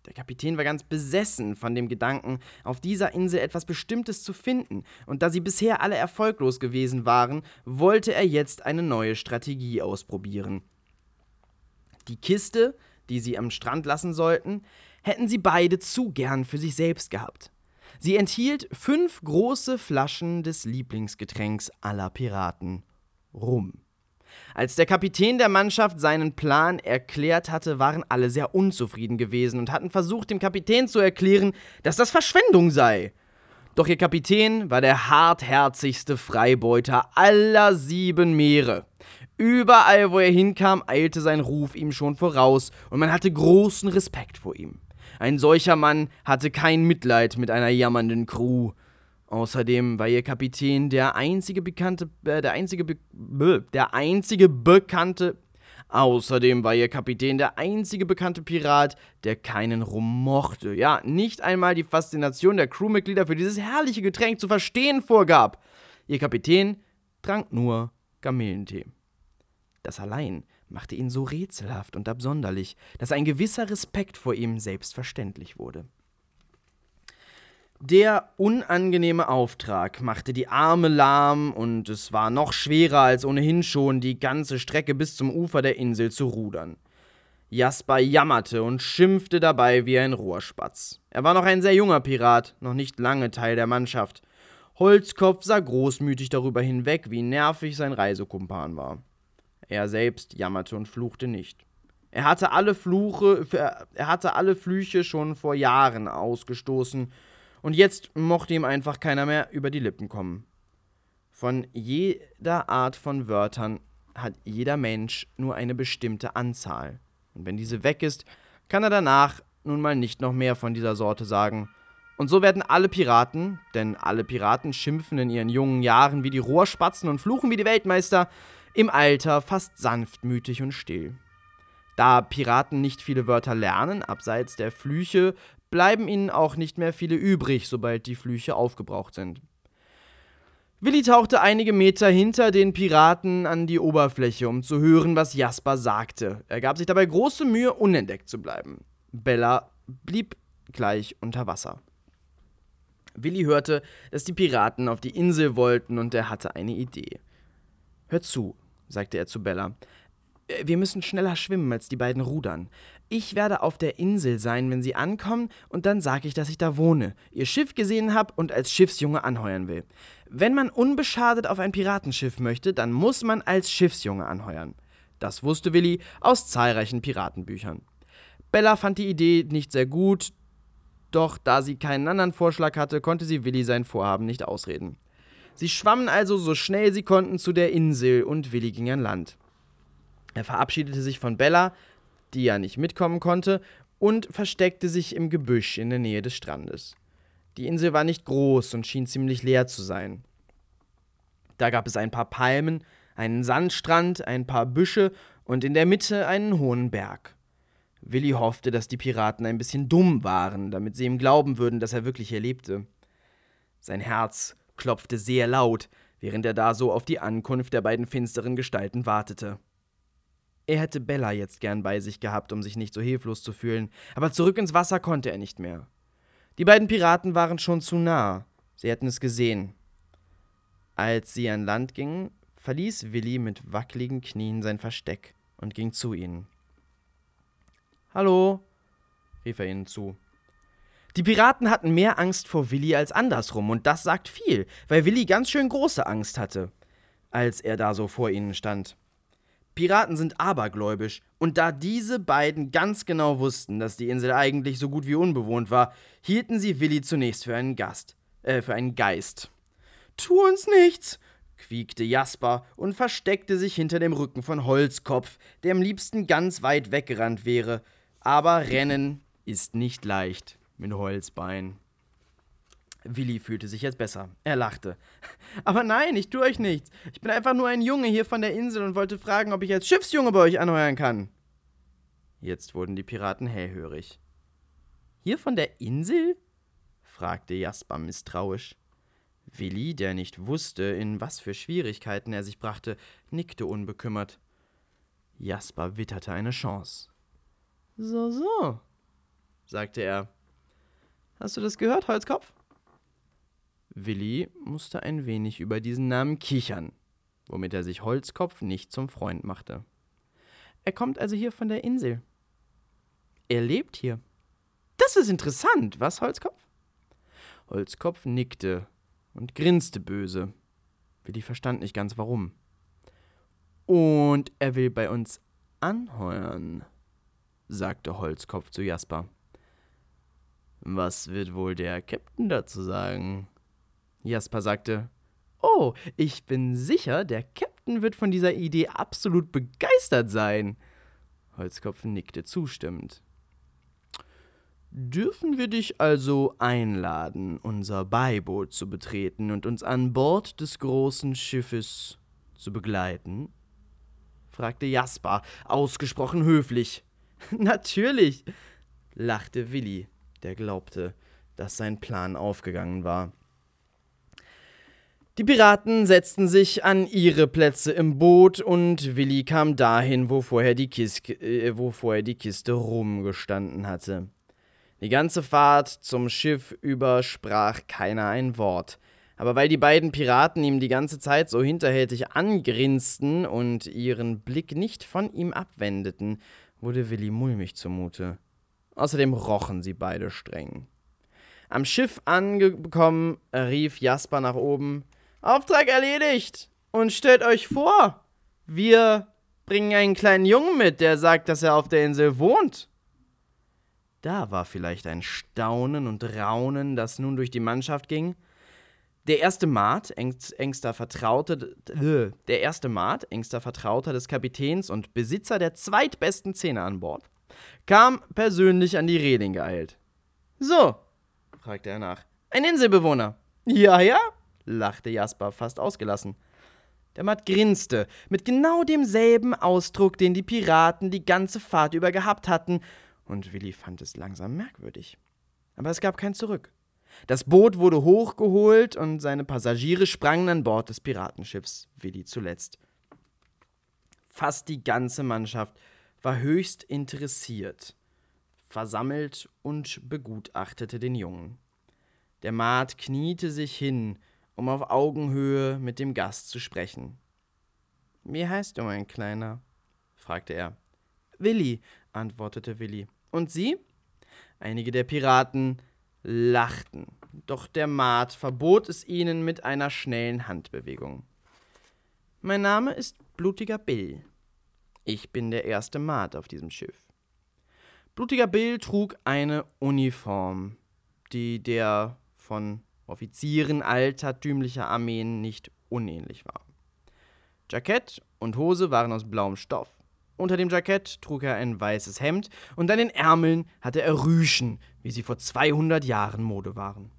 Der Kapitän war ganz besessen von dem Gedanken, auf dieser Insel etwas Bestimmtes zu finden, und da sie bisher alle erfolglos gewesen waren, wollte er jetzt eine neue Strategie ausprobieren. Die Kiste, die sie am Strand lassen sollten, hätten sie beide zu gern für sich selbst gehabt. Sie enthielt fünf große Flaschen des Lieblingsgetränks aller Piraten, Rum. Als der Kapitän der Mannschaft seinen Plan erklärt hatte, waren alle sehr unzufrieden gewesen und hatten versucht, dem Kapitän zu erklären, dass das Verschwendung sei. Doch ihr Kapitän war der hartherzigste Freibeuter aller sieben Meere. Überall, wo er hinkam, eilte sein Ruf ihm schon voraus und man hatte großen Respekt vor ihm. Ein solcher Mann hatte kein Mitleid mit einer jammernden Crew. Außerdem war ihr Kapitän der einzige bekannte, äh, der einzige, be, be, der einzige bekannte, außerdem war ihr Kapitän der einzige bekannte Pirat, der keinen Rum mochte. Ja, nicht einmal die Faszination der Crewmitglieder für dieses herrliche Getränk zu verstehen vorgab. Ihr Kapitän trank nur Kamillentee. Das allein machte ihn so rätselhaft und absonderlich, dass ein gewisser Respekt vor ihm selbstverständlich wurde. Der unangenehme Auftrag machte die Arme lahm und es war noch schwerer als ohnehin schon, die ganze Strecke bis zum Ufer der Insel zu rudern. Jasper jammerte und schimpfte dabei wie ein Rohrspatz. Er war noch ein sehr junger Pirat, noch nicht lange Teil der Mannschaft. Holzkopf sah großmütig darüber hinweg, wie nervig sein Reisekumpan war. Er selbst jammerte und fluchte nicht. Er hatte alle Fluche, er hatte alle Flüche schon vor Jahren ausgestoßen, und jetzt mochte ihm einfach keiner mehr über die Lippen kommen. Von jeder Art von Wörtern hat jeder Mensch nur eine bestimmte Anzahl. Und wenn diese weg ist, kann er danach nun mal nicht noch mehr von dieser Sorte sagen. Und so werden alle Piraten, denn alle Piraten schimpfen in ihren jungen Jahren wie die Rohrspatzen und fluchen wie die Weltmeister, im Alter fast sanftmütig und still. Da Piraten nicht viele Wörter lernen, abseits der Flüche, bleiben ihnen auch nicht mehr viele übrig, sobald die Flüche aufgebraucht sind. Willi tauchte einige Meter hinter den Piraten an die Oberfläche, um zu hören, was Jasper sagte. Er gab sich dabei große Mühe, unentdeckt zu bleiben. Bella blieb gleich unter Wasser. Willi hörte, dass die Piraten auf die Insel wollten und er hatte eine Idee. »Hör zu«, sagte er zu Bella. »Wir müssen schneller schwimmen als die beiden rudern. Ich werde auf der Insel sein, wenn sie ankommen, und dann sage ich, dass ich da wohne, ihr Schiff gesehen habe und als Schiffsjunge anheuern will. Wenn man unbeschadet auf ein Piratenschiff möchte, dann muss man als Schiffsjunge anheuern.« Das wusste Willi aus zahlreichen Piratenbüchern. Bella fand die Idee nicht sehr gut, doch da sie keinen anderen Vorschlag hatte, konnte sie Willi sein Vorhaben nicht ausreden. Sie schwammen also so schnell sie konnten zu der Insel und Willi ging an Land. Er verabschiedete sich von Bella, die ja nicht mitkommen konnte, und versteckte sich im Gebüsch in der Nähe des Strandes. Die Insel war nicht groß und schien ziemlich leer zu sein. Da gab es ein paar Palmen, einen Sandstrand, ein paar Büsche und in der Mitte einen hohen Berg. Willi hoffte, dass die Piraten ein bisschen dumm waren, damit sie ihm glauben würden, dass er wirklich hier lebte. Sein Herz klopfte sehr laut, während er da so auf die Ankunft der beiden finsteren Gestalten wartete. Er hätte Bella jetzt gern bei sich gehabt, um sich nicht so hilflos zu fühlen, aber zurück ins Wasser konnte er nicht mehr. Die beiden Piraten waren schon zu nah, sie hätten es gesehen. Als sie an Land gingen, verließ Willi mit wackeligen Knien sein Versteck und ging zu ihnen. »Hallo«, rief er ihnen zu. Die Piraten hatten mehr Angst vor Willi als andersrum, und das sagt viel, weil Willi ganz schön große Angst hatte, als er da so vor ihnen stand. Piraten sind abergläubisch, und da diese beiden ganz genau wussten, dass die Insel eigentlich so gut wie unbewohnt war, hielten sie Willi zunächst für einen Gast, äh, für einen Geist. »Tu uns nichts«, quiekte Jasper und versteckte sich hinter dem Rücken von Holzkopf, der am liebsten ganz weit weggerannt wäre. Aber Rennen ist nicht leicht mit Holzbein. Willi fühlte sich jetzt besser. Er lachte. »Aber nein, ich tue euch nichts. Ich bin einfach nur ein Junge hier von der Insel und wollte fragen, ob ich als Schiffsjunge bei euch anheuern kann.« Jetzt wurden die Piraten hellhörig. »Hier von der Insel?« fragte Jasper misstrauisch. Willi, der nicht wusste, in was für Schwierigkeiten er sich brachte, nickte sagte er. »Hast du das gehört, Holzkopf?« Willi musste ein wenig über diesen Namen kichern, womit er sich Holzkopf nicht zum Freund machte. »Er kommt also hier von der Insel. Er lebt hier. Das ist interessant, was, Holzkopf?« Holzkopf nickte und grinste böse. Willi verstand nicht ganz, warum. »Und er will bei uns anheuern«, sagte Holzkopf zu Jasper. »Was wird wohl der Käpt'n dazu sagen?« Jasper sagte, »Oh, ich bin sicher, der Käpt'n wird von dieser Idee absolut begeistert sein.« Holzkopf nickte zustimmend. »Dürfen wir dich also einladen, unser Beiboot zu betreten und uns an Bord des großen Schiffes zu begleiten?« fragte Jasper, ausgesprochen höflich. »Natürlich«, lachte Willi, der glaubte, dass sein Plan aufgegangen war. Die Piraten setzten sich an ihre Plätze im Boot und Willi kam dahin, wo vorher die, Kis- äh, wo vorher die Kiste rumgestanden hatte. Die ganze Fahrt zum Schiff über sprach keiner ein Wort. Aber weil die beiden Piraten ihm die ganze Zeit so hinterhältig angrinsten und ihren Blick nicht von ihm abwendeten, wurde Willi mulmig zumute. Außerdem rochen sie beide streng. Am Schiff angekommen, rief Jasper nach oben: »Auftrag erledigt! Und stellt euch vor, wir bringen einen kleinen Jungen mit, der sagt, dass er auf der Insel wohnt.« Da war vielleicht ein Staunen und Raunen, das nun durch die Mannschaft ging. Der erste Maat, engst, engster Vertrauter, äh, der erste Maat, engster Vertrauter des Kapitäns und Besitzer der zweitbesten Szene an Bord, kam persönlich an die Reling geeilt. »So«, fragte er nach, »ein Inselbewohner?« »Ja, ja«, lachte Jasper fast ausgelassen. Der Maat grinste, mit genau demselben Ausdruck, den die Piraten die ganze Fahrt über gehabt hatten, und Willi fand es langsam merkwürdig. Aber es gab kein Zurück. Das Boot wurde hochgeholt und seine Passagiere sprangen an Bord des Piratenschiffs, Willi zuletzt. Fast die ganze Mannschaft war höchst interessiert, versammelt und begutachtete den Jungen. Der Maat kniete sich hin, um auf Augenhöhe mit dem Gast zu sprechen. »Wie heißt du, mein Kleiner?« fragte er. »Willi«, antwortete Willi. »Und Sie?« Einige der Piraten lachten, doch der Maat verbot es ihnen mit einer schnellen Handbewegung. »Mein Name ist Blutiger Bill. Ich bin der erste Maat auf diesem Schiff.« Blutiger Bill trug eine Uniform, die der von Offizieren altertümlicher Armeen nicht unähnlich war. Jackett und Hose waren aus blauem Stoff. Unter dem Jackett trug er ein weißes Hemd und an den Ärmeln hatte er Rüschen, wie sie vor zweihundert Jahren Mode waren.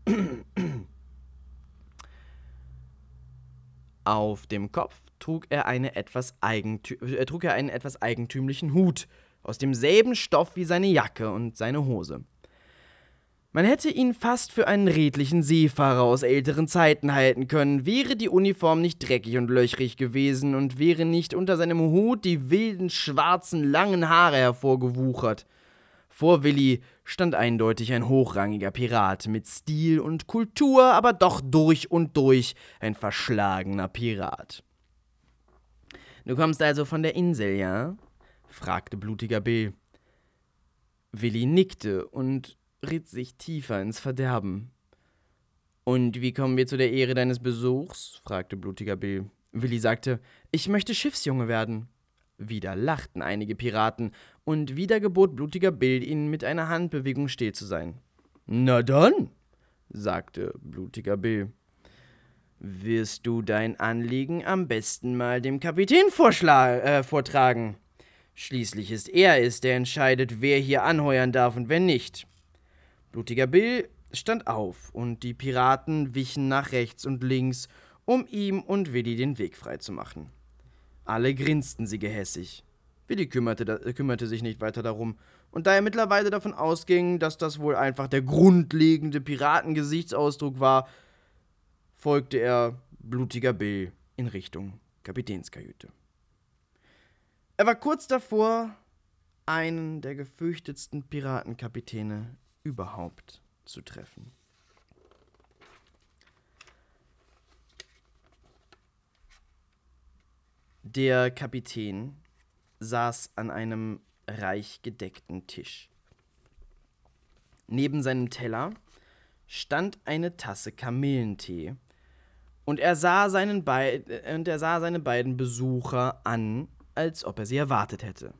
Auf dem Kopf trug er, eine etwas eigentü- äh, trug er einen etwas eigentümlichen Hut, aus demselben Stoff wie seine Jacke und seine Hose. Man hätte ihn fast für einen redlichen Seefahrer aus älteren Zeiten halten können, wäre die Uniform nicht dreckig und löchrig gewesen und wäre nicht unter seinem Hut die wilden, schwarzen, langen Haare hervorgewuchert. Vor Willi stand eindeutig ein hochrangiger Pirat mit Stil und Kultur, aber doch durch und durch ein verschlagener Pirat. »Du kommst also von der Insel, ja?« fragte Blutiger Bill. Willi nickte und ritt sich tiefer ins Verderben. »Und wie kommen wir zu der Ehre deines Besuchs?« fragte Blutiger Bill. Willi sagte, »Ich möchte Schiffsjunge werden.« Wieder lachten einige Piraten, und wieder gebot Blutiger Bill, ihnen mit einer Handbewegung still zu sein. »Na dann«, sagte Blutiger Bill, »wirst du dein Anliegen am besten mal dem Kapitän vorschla- äh, vortragen. Schließlich ist er es, der entscheidet, wer hier anheuern darf und wer nicht.« Blutiger Bill stand auf, und die Piraten wichen nach rechts und links, um ihm und Willi den Weg freizumachen. Alle grinsten sie gehässig. Willi kümmerte, kümmerte sich nicht weiter darum, und da er mittlerweile davon ausging, dass das wohl einfach der grundlegende Piratengesichtsausdruck war, folgte er Blutiger Bill in Richtung Kapitänskajüte. Er war kurz davor, einen der gefürchtetsten Piratenkapitäne überhaupt zu treffen. Der Kapitän saß an einem reich gedeckten Tisch. Neben seinem Teller stand eine Tasse Kamillentee und er sah, seinen Be- und er sah seine beiden Besucher an, als ob er sie erwartet hätte.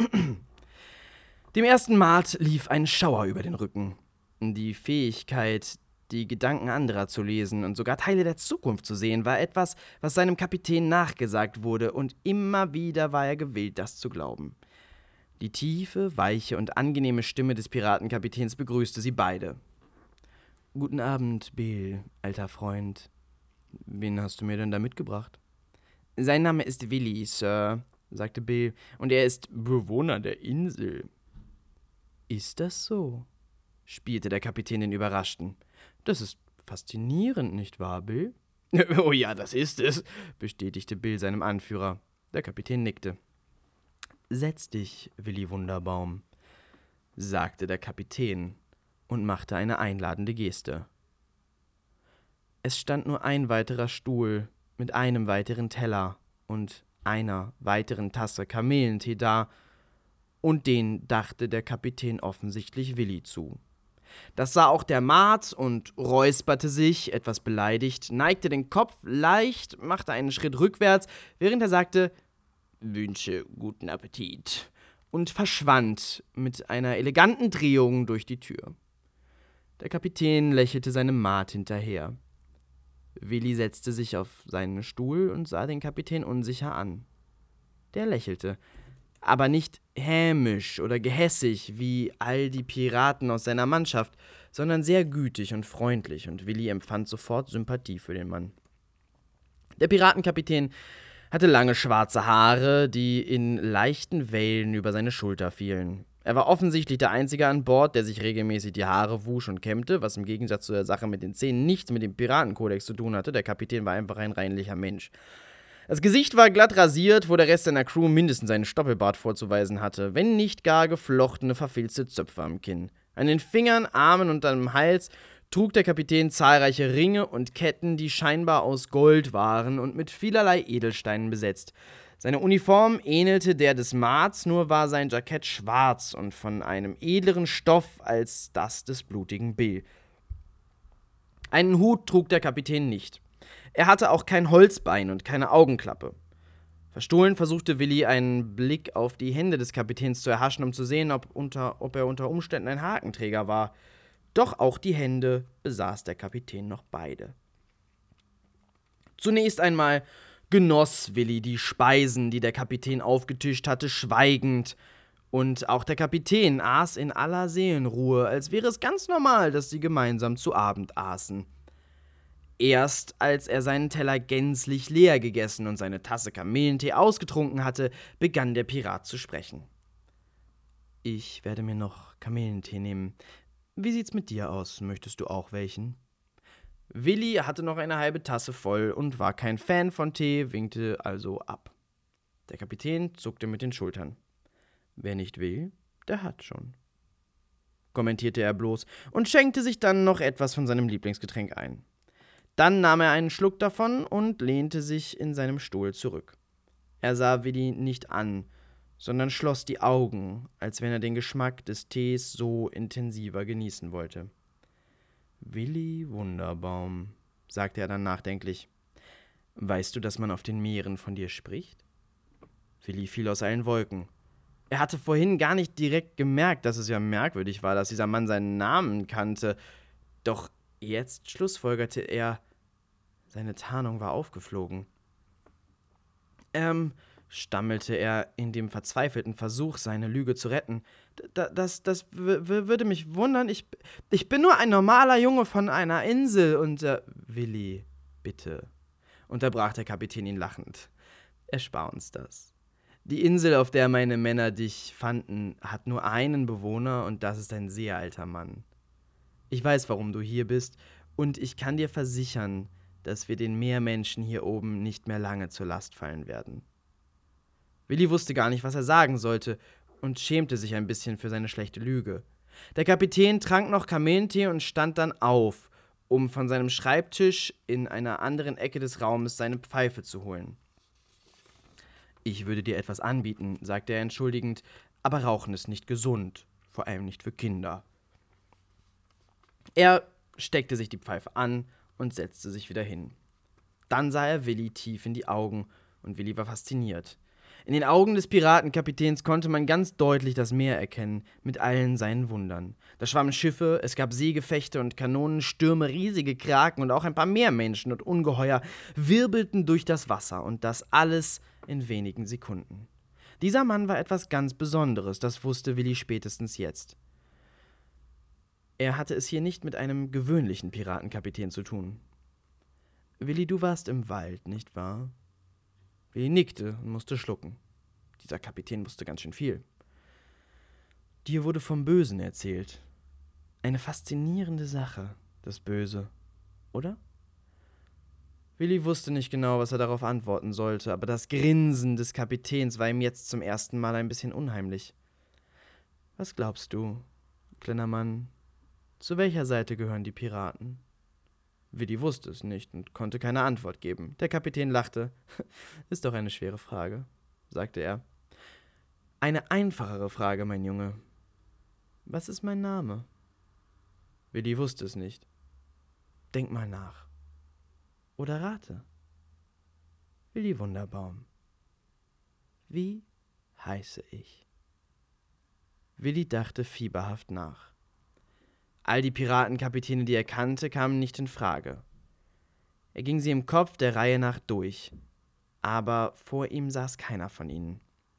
Dem ersten Mart lief ein Schauer über den Rücken. Die Fähigkeit, die Gedanken anderer zu lesen und sogar Teile der Zukunft zu sehen, war etwas, was seinem Kapitän nachgesagt wurde, und immer wieder war er gewillt, das zu glauben. Die tiefe, weiche und angenehme Stimme des Piratenkapitäns begrüßte sie beide. »Guten Abend, Bill, alter Freund. Wen hast du mir denn da mitgebracht?« »Sein Name ist Willi, Sir«, sagte Bill, »und er ist Bewohner der Insel.« »Ist das so?«, spielte der Kapitän den Überraschten. »Das ist faszinierend, nicht wahr, Bill?« »Oh ja, das ist es«, bestätigte Bill seinem Anführer. Der Kapitän nickte. »Setz dich, Willi Wunderbaum«, sagte der Kapitän und machte eine einladende Geste. Es stand nur ein weiterer Stuhl mit einem weiteren Teller und einer weiteren Tasse Kamillentee da, und den dachte der Kapitän offensichtlich Willi zu. Das sah auch der Mart und räusperte sich, etwas beleidigt, neigte den Kopf leicht, machte einen Schritt rückwärts, während er sagte, »Wünsche guten Appetit«, und verschwand mit einer eleganten Drehung durch die Tür. Der Kapitän lächelte seinem Mart hinterher. Willi setzte sich auf seinen Stuhl und sah den Kapitän unsicher an. Der lächelte, aber nicht hämisch oder gehässig wie all die Piraten aus seiner Mannschaft, sondern sehr gütig und freundlich, und Willi empfand sofort Sympathie für den Mann. Der Piratenkapitän hatte lange schwarze Haare, die in leichten Wellen über seine Schulter fielen. Er war offensichtlich der Einzige an Bord, der sich regelmäßig die Haare wusch und kämmte, was im Gegensatz zu der Sache mit den Zähnen nichts mit dem Piratenkodex zu tun hatte. Der Kapitän war einfach ein reinlicher Mensch. Das Gesicht war glatt rasiert, wo der Rest seiner Crew mindestens einen Stoppelbart vorzuweisen hatte, wenn nicht gar geflochtene, verfilzte Zöpfe am Kinn. An den Fingern, Armen und am Hals trug der Kapitän zahlreiche Ringe und Ketten, die scheinbar aus Gold waren und mit vielerlei Edelsteinen besetzt. Seine Uniform ähnelte der des Marts, nur war sein Jackett schwarz und von einem edleren Stoff als das des blutigen Bill. Einen Hut trug der Kapitän nicht. Er hatte auch kein Holzbein und keine Augenklappe. Verstohlen versuchte Willi, einen Blick auf die Hände des Kapitäns zu erhaschen, um zu sehen, ob, unter, ob er unter Umständen ein Hakenträger war. Doch auch die Hände besaß der Kapitän noch beide. Zunächst einmal genoss Willi die Speisen, die der Kapitän aufgetischt hatte, schweigend. Und auch der Kapitän aß in aller Seelenruhe, als wäre es ganz normal, dass sie gemeinsam zu Abend aßen. Erst als er seinen Teller gänzlich leer gegessen und seine Tasse Kamillentee ausgetrunken hatte, begann der Pirat zu sprechen. »Ich werde mir noch Kamillentee nehmen. Wie sieht's mit dir aus? Möchtest du auch welchen?« Willi hatte noch eine halbe Tasse voll und war kein Fan von Tee, winkte also ab. Der Kapitän zuckte mit den Schultern. »Wer nicht will, der hat schon«, kommentierte er bloß und schenkte sich dann noch etwas von seinem Lieblingsgetränk ein. Dann nahm er einen Schluck davon und lehnte sich in seinem Stuhl zurück. Er sah Willi nicht an, sondern schloss die Augen, als wenn er den Geschmack des Tees so intensiver genießen wollte. »Willi Wunderbaum«, sagte er dann nachdenklich. »Weißt du, dass man auf den Meeren von dir spricht?« Willi fiel aus allen Wolken. Er hatte vorhin gar nicht direkt gemerkt, dass es ja merkwürdig war, dass dieser Mann seinen Namen kannte. Doch jetzt schlussfolgerte er, seine Tarnung war aufgeflogen. Ähm, stammelte er in dem verzweifelten Versuch, seine Lüge zu retten. D- das das w- w- würde mich wundern. Ich, ich bin nur ein normaler Junge von einer Insel und, äh, Willi, bitte, unterbrach der Kapitän ihn lachend. Erspar uns das. Die Insel, auf der meine Männer dich fanden, hat nur einen Bewohner und das ist ein sehr alter Mann. Ich weiß, warum du hier bist und ich kann dir versichern, dass wir den Meermenschen hier oben nicht mehr lange zur Last fallen werden. Willi wusste gar nicht, was er sagen sollte, und schämte sich ein bisschen für seine schlechte Lüge. Der Kapitän trank noch Kamillentee und stand dann auf, um von seinem Schreibtisch in einer anderen Ecke des Raumes seine Pfeife zu holen. »Ich würde dir etwas anbieten«, sagte er entschuldigend, »aber Rauchen ist nicht gesund, vor allem nicht für Kinder.« Er steckte sich die Pfeife an und setzte sich wieder hin. Dann sah er Willi tief in die Augen und Willi war fasziniert. In den Augen des Piratenkapitäns konnte man ganz deutlich das Meer erkennen, mit allen seinen Wundern. Da schwammen Schiffe, es gab Seegefechte und Kanonenstürme, riesige Kraken und auch ein paar Meermenschen und Ungeheuer wirbelten durch das Wasser und das alles in wenigen Sekunden. Dieser Mann war etwas ganz Besonderes, das wusste Willi spätestens jetzt. Er hatte es hier nicht mit einem gewöhnlichen Piratenkapitän zu tun. »Willi, du warst im Wald, nicht wahr?« Willi nickte und musste schlucken. Dieser Kapitän wusste ganz schön viel. »Dir wurde vom Bösen erzählt. Eine faszinierende Sache, das Böse, oder?« Willi wusste nicht genau, was er darauf antworten sollte, aber das Grinsen des Kapitäns war ihm jetzt zum ersten Mal ein bisschen unheimlich. »Was glaubst du, kleiner Mann, zu welcher Seite gehören die Piraten?« Willi wusste es nicht und konnte keine Antwort geben. Der Kapitän lachte. »Ist doch eine schwere Frage«, sagte er. »Eine einfachere Frage, mein Junge. Was ist mein Name?« Willi wusste es nicht. »Denk mal nach. Oder rate.« »Willi Wunderbaum. Wie heiße ich?« Willi dachte fieberhaft nach. All die Piratenkapitäne, die er kannte, kamen nicht in Frage. Er ging sie im Kopf der Reihe nach durch, aber vor ihm saß keiner von ihnen.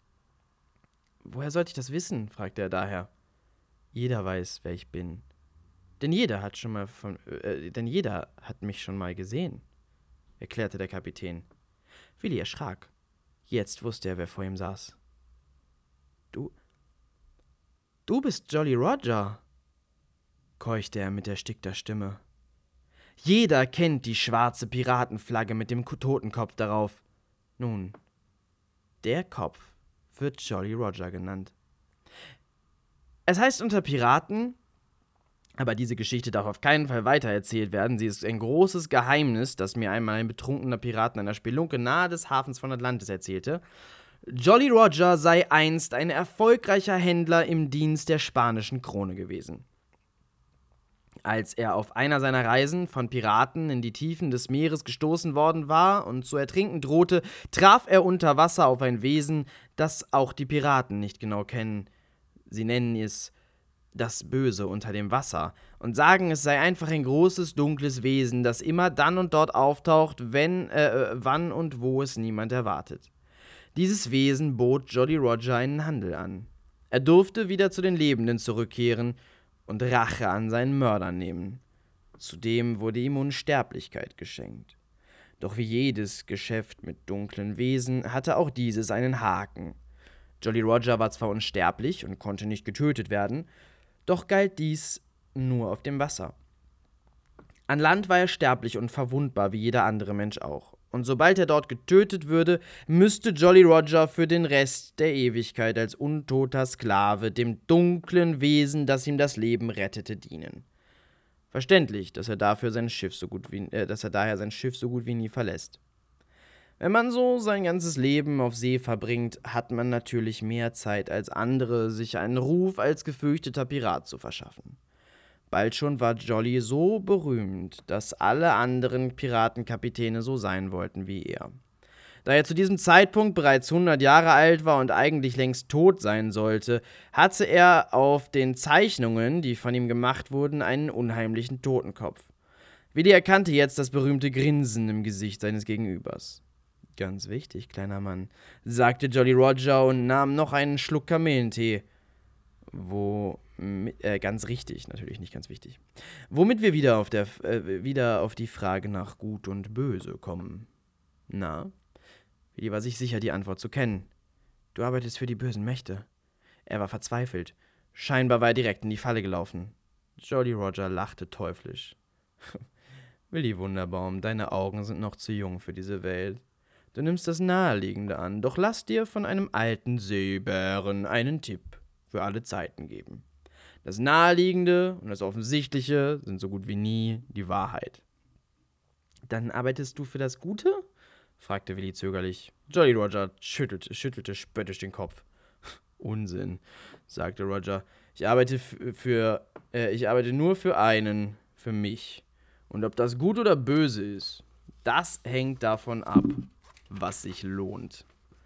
»Woher sollte ich das wissen?« fragte er daher. »Jeder weiß, wer ich bin. Denn jeder hat schon mal von, äh, denn jeder hat mich schon mal gesehen«, erklärte der Kapitän. Willi erschrak. Jetzt wusste er, wer vor ihm saß. »Du, du bist Jolly Roger«, keuchte er mit erstickter Stimme. »Jeder kennt die schwarze Piratenflagge mit dem Totenkopf darauf. Nun, der Kopf wird Jolly Roger genannt. Es heißt unter Piraten, aber diese Geschichte darf auf keinen Fall weitererzählt werden. Sie ist ein großes Geheimnis, das mir einmal ein betrunkener Pirat in einer Spelunke nahe des Hafens von Atlantis erzählte. Jolly Roger sei einst ein erfolgreicher Händler im Dienst der spanischen Krone gewesen. Als er auf einer seiner Reisen von Piraten in die Tiefen des Meeres gestoßen worden war und zu ertrinken drohte, traf er unter Wasser auf ein Wesen, das auch die Piraten nicht genau kennen. Sie nennen es das Böse unter dem Wasser und sagen, es sei einfach ein großes, dunkles Wesen, das immer dann und dort auftaucht, wenn, äh, wann und wo es niemand erwartet. Dieses Wesen bot Jolly Roger einen Handel an. Er durfte wieder zu den Lebenden zurückkehren und Rache an seinen Mördern nehmen. Zudem wurde ihm Unsterblichkeit geschenkt. Doch wie jedes Geschäft mit dunklen Wesen hatte auch dieses einen Haken. Jolly Roger war zwar unsterblich und konnte nicht getötet werden, doch galt dies nur auf dem Wasser. An Land war er sterblich und verwundbar wie jeder andere Mensch auch. Und sobald er dort getötet würde, müsste Jolly Roger für den Rest der Ewigkeit als untoter Sklave dem dunklen Wesen, das ihm das Leben rettete, dienen. Verständlich, dass er dafür sein Schiff so gut wie, äh, dass er daher sein Schiff so gut wie nie verlässt. Wenn man so sein ganzes Leben auf See verbringt, hat man natürlich mehr Zeit als andere, sich einen Ruf als gefürchteter Pirat zu verschaffen. Bald schon war Jolly so berühmt, dass alle anderen Piratenkapitäne so sein wollten wie er. Da er zu diesem Zeitpunkt bereits hundert Jahre alt war und eigentlich längst tot sein sollte, hatte er auf den Zeichnungen, die von ihm gemacht wurden, einen unheimlichen Totenkopf. Willi erkannte jetzt das berühmte Grinsen im Gesicht seines Gegenübers. »Ganz wichtig, kleiner Mann«, sagte Jolly Roger und nahm noch einen Schluck Kamillentee. Wo, äh, ganz richtig, natürlich nicht ganz wichtig. Womit wir wieder auf, der, äh, wieder auf die Frage nach Gut und Böse kommen. Na? Willi war sich sicher, die Antwort zu kennen. »Du arbeitest für die bösen Mächte.« Er war verzweifelt. Scheinbar war er direkt in die Falle gelaufen. Jolly Roger lachte teuflisch. »Willi Wunderbaum, deine Augen sind noch zu jung für diese Welt. Du nimmst das Naheliegende an, doch lass dir von einem alten Seebären einen Tipp für alle Zeiten geben. Das Naheliegende und das Offensichtliche sind so gut wie nie die Wahrheit. Dann arbeitest du für das Gute? Fragte Willi zögerlich. Jolly Roger schüttelte, schüttelte spöttisch den Kopf. Unsinn, sagte Roger. Ich arbeite für, für äh, ich arbeite nur für einen, für mich. Und ob das gut oder böse ist, das hängt davon ab, was sich lohnt.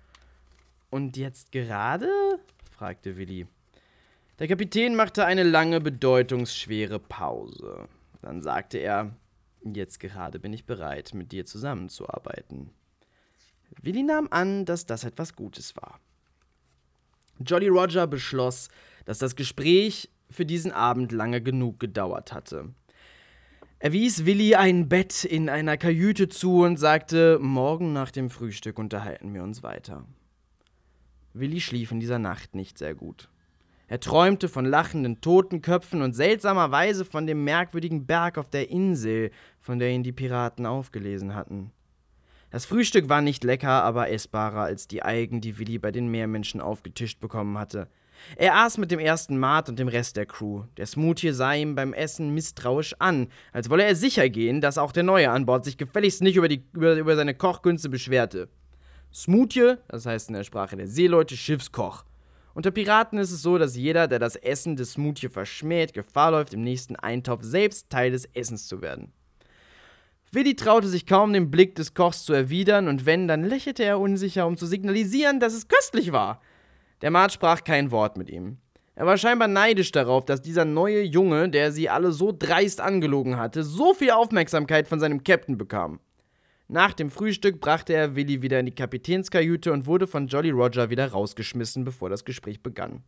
Und jetzt gerade? Fragte Willi. Der Kapitän machte eine lange, bedeutungsschwere Pause. Dann sagte er, jetzt gerade bin ich bereit, mit dir zusammenzuarbeiten. Willi nahm an, dass das etwas Gutes war. Jolly Roger beschloss, dass das Gespräch für diesen Abend lange genug gedauert hatte. Er wies Willi ein Bett in einer Kajüte zu und sagte, morgen nach dem Frühstück unterhalten wir uns weiter. Willi schlief in dieser Nacht nicht sehr gut. Er träumte von lachenden Totenköpfen und seltsamerweise von dem merkwürdigen Berg auf der Insel, von der ihn die Piraten aufgelesen hatten. Das Frühstück war nicht lecker, aber essbarer als die Algen, die Willi bei den Meermenschen aufgetischt bekommen hatte. Er aß mit dem ersten Mart und dem Rest der Crew. Der Smoothie sah ihm beim Essen misstrauisch an, als wolle er sicher gehen, dass auch der Neue an Bord sich gefälligst nicht über, die, über, über seine Kochkünste beschwerte. Smoothie, das heißt in der Sprache der Seeleute Schiffskoch. Unter Piraten ist es so, dass jeder, der das Essen des Smoothie verschmäht, Gefahr läuft, im nächsten Eintopf selbst Teil des Essens zu werden. Willi traute sich kaum, den Blick des Kochs zu erwidern, und wenn, dann lächelte er unsicher, um zu signalisieren, dass es köstlich war. Der Mart sprach kein Wort mit ihm. Er war scheinbar neidisch darauf, dass dieser neue Junge, der sie alle so dreist angelogen hatte, so viel Aufmerksamkeit von seinem Captain bekam. Nach dem Frühstück brachte er Willi wieder in die Kapitänskajüte und wurde von Jolly Roger wieder rausgeschmissen, bevor das Gespräch begann.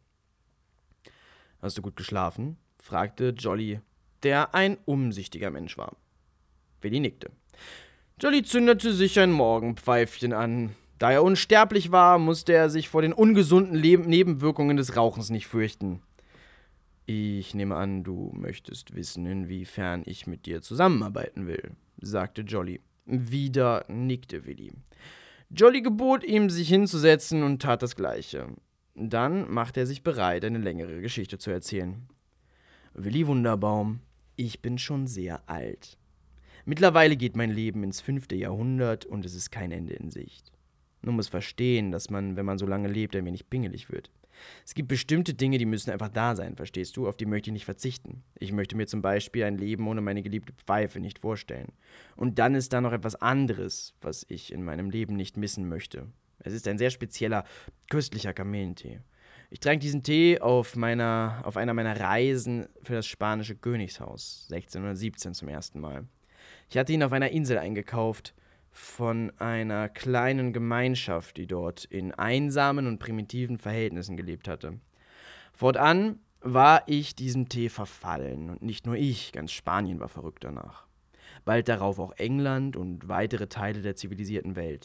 »Hast du gut geschlafen?« fragte Jolly, der ein umsichtiger Mensch war. Willi nickte. Jolly zündete sich ein Morgenpfeifchen an. Da er unsterblich war, musste er sich vor den ungesunden Leb- Nebenwirkungen des Rauchens nicht fürchten. »Ich nehme an, du möchtest wissen, inwiefern ich mit dir zusammenarbeiten will«, sagte Jolly. Wieder nickte Willi. Jolly gebot ihm, sich hinzusetzen, und tat das Gleiche. Dann machte er sich bereit, eine längere Geschichte zu erzählen. »Willi Wunderbaum, ich bin schon sehr alt. Mittlerweile geht mein Leben ins fünfte Jahrhundert und es ist kein Ende in Sicht. Man muss verstehen, dass man, wenn man so lange lebt, ein wenig pingelig wird. Es gibt bestimmte Dinge, die müssen einfach da sein, verstehst du? Auf die möchte ich nicht verzichten. Ich möchte mir zum Beispiel ein Leben ohne meine geliebte Pfeife nicht vorstellen. Und dann ist da noch etwas anderes, was ich in meinem Leben nicht missen möchte. Es ist ein sehr spezieller, köstlicher Kamillentee. Ich trank diesen Tee auf, meiner, auf einer meiner Reisen für das spanische Königshaus, sechzehnhundertsiebzehn zum ersten Mal. Ich hatte ihn auf einer Insel eingekauft, von einer kleinen Gemeinschaft, die dort in einsamen und primitiven Verhältnissen gelebt hatte. Fortan war ich diesem Tee verfallen, und nicht nur ich, ganz Spanien war verrückt danach. Bald darauf auch England und weitere Teile der zivilisierten Welt.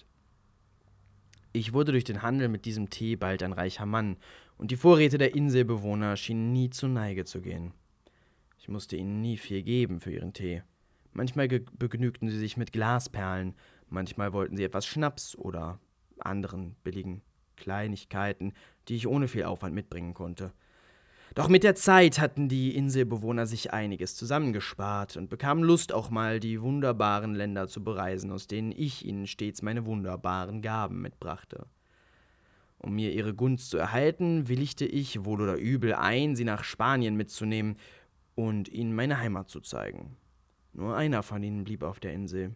Ich wurde durch den Handel mit diesem Tee bald ein reicher Mann, und die Vorräte der Inselbewohner schienen nie zur Neige zu gehen. Ich musste ihnen nie viel geben für ihren Tee. Manchmal ge- begnügten sie sich mit Glasperlen, manchmal wollten sie etwas Schnaps oder anderen billigen Kleinigkeiten, die ich ohne viel Aufwand mitbringen konnte. Doch mit der Zeit hatten die Inselbewohner sich einiges zusammengespart und bekamen Lust, auch mal die wunderbaren Länder zu bereisen, aus denen ich ihnen stets meine wunderbaren Gaben mitbrachte. Um mir ihre Gunst zu erhalten, willigte ich, wohl oder übel, ein, sie nach Spanien mitzunehmen und ihnen meine Heimat zu zeigen. Nur einer von ihnen blieb auf der Insel.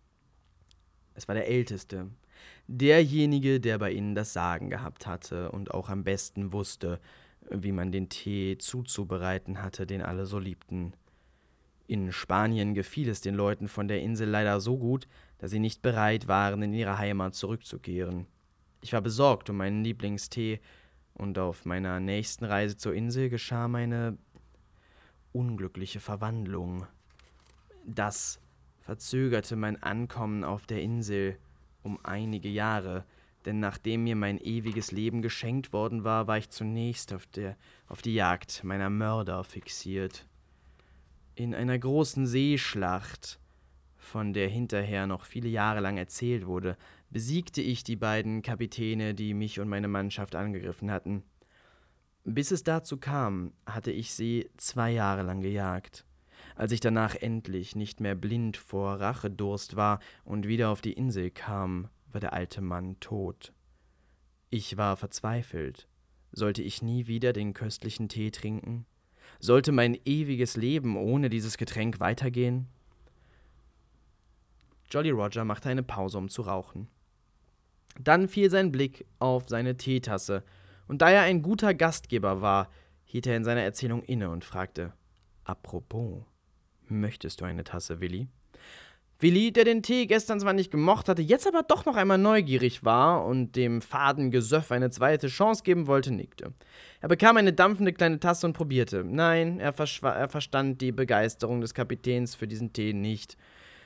Es war der Älteste, derjenige, der bei ihnen das Sagen gehabt hatte und auch am besten wusste, wie man den Tee zuzubereiten hatte, den alle so liebten. In Spanien gefiel es den Leuten von der Insel leider so gut, dass sie nicht bereit waren, in ihre Heimat zurückzukehren. Ich war besorgt um meinen Lieblingstee, und auf meiner nächsten Reise zur Insel geschah meine unglückliche Verwandlung. Das verzögerte mein Ankommen auf der Insel um einige Jahre, denn nachdem mir mein ewiges Leben geschenkt worden war, war ich zunächst auf, der, auf die Jagd meiner Mörder fixiert. In einer großen Seeschlacht, von der hinterher noch viele Jahre lang erzählt wurde, besiegte ich die beiden Kapitäne, die mich und meine Mannschaft angegriffen hatten. Bis es dazu kam, hatte ich sie zwei Jahre lang gejagt. Als ich danach endlich nicht mehr blind vor Rachedurst war und wieder auf die Insel kam, war der alte Mann tot. Ich war verzweifelt. Sollte ich nie wieder den köstlichen Tee trinken? Sollte mein ewiges Leben ohne dieses Getränk weitergehen? Jolly Roger machte eine Pause, um zu rauchen. Dann fiel sein Blick auf seine Teetasse, und da er ein guter Gastgeber war, hielt er in seiner Erzählung inne und fragte: »Apropos, möchtest du eine Tasse, Willi?« Willi, der den Tee gestern zwar nicht gemocht hatte, jetzt aber doch noch einmal neugierig war und dem faden Gesöff eine zweite Chance geben wollte, nickte. Er bekam eine dampfende kleine Tasse und probierte. Nein, er, er verstand die Begeisterung des Kapitäns für diesen Tee nicht.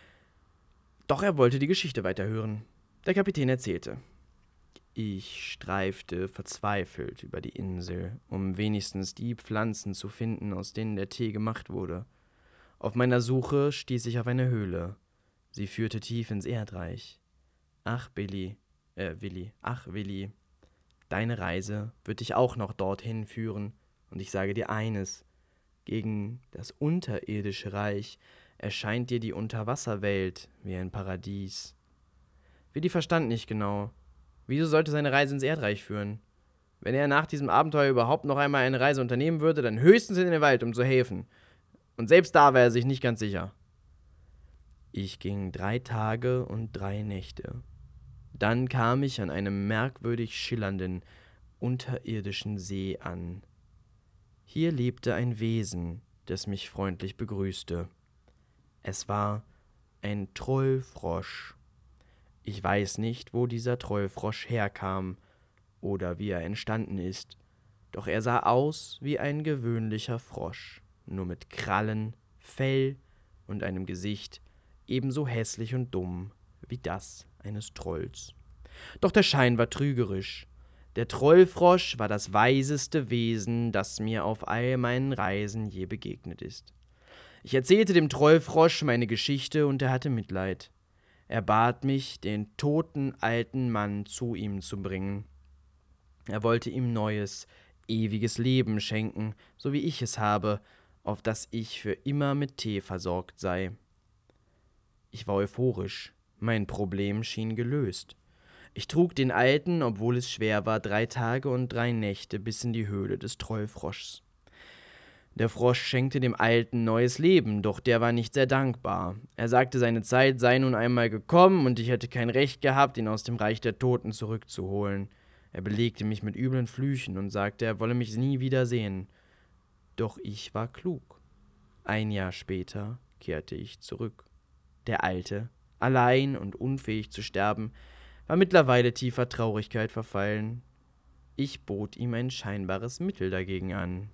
Doch er wollte die Geschichte weiterhören. Der Kapitän erzählte: »Ich streifte verzweifelt über die Insel, um wenigstens die Pflanzen zu finden, aus denen der Tee gemacht wurde. Auf meiner Suche stieß ich auf eine Höhle. Sie führte tief ins Erdreich. Ach, Billy, äh, Willi, ach, Willi, deine Reise wird dich auch noch dorthin führen. Und ich sage dir eines: Gegen das unterirdische Reich erscheint dir die Unterwasserwelt wie ein Paradies.« Willi verstand nicht genau. Wieso sollte seine Reise ins Erdreich führen? Wenn er nach diesem Abenteuer überhaupt noch einmal eine Reise unternehmen würde, dann höchstens in den Wald, um zu helfen. Und selbst da war er sich nicht ganz sicher. Ich ging drei Tage und drei Nächte. Dann kam ich an einem merkwürdig schillernden, unterirdischen See an. Hier lebte ein Wesen, das mich freundlich begrüßte. Es war ein Trollfrosch. Ich weiß nicht, wo dieser Trollfrosch herkam oder wie er entstanden ist, doch er sah aus wie ein gewöhnlicher Frosch, nur mit Krallen, Fell und einem Gesicht ebenso hässlich und dumm wie das eines Trolls. Doch der Schein war trügerisch. Der Trollfrosch war das weiseste Wesen, das mir auf all meinen Reisen je begegnet ist. Ich erzählte dem Trollfrosch meine Geschichte und er hatte Mitleid. Er bat mich, den toten alten Mann zu ihm zu bringen. Er wollte ihm neues, ewiges Leben schenken, so wie ich es habe, auf das ich für immer mit Tee versorgt sei. Ich war euphorisch. Mein Problem schien gelöst. Ich trug den Alten, obwohl es schwer war, drei Tage und drei Nächte bis in die Höhle des Trollfroschs. Der Frosch schenkte dem Alten neues Leben, doch der war nicht sehr dankbar. Er sagte, seine Zeit sei nun einmal gekommen und ich hätte kein Recht gehabt, ihn aus dem Reich der Toten zurückzuholen. Er belegte mich mit üblen Flüchen und sagte, er wolle mich nie wieder sehen. Doch ich war klug. Ein Jahr später kehrte ich zurück. Der Alte, allein und unfähig zu sterben, war mittlerweile tiefer Traurigkeit verfallen. Ich bot ihm ein scheinbares Mittel dagegen an.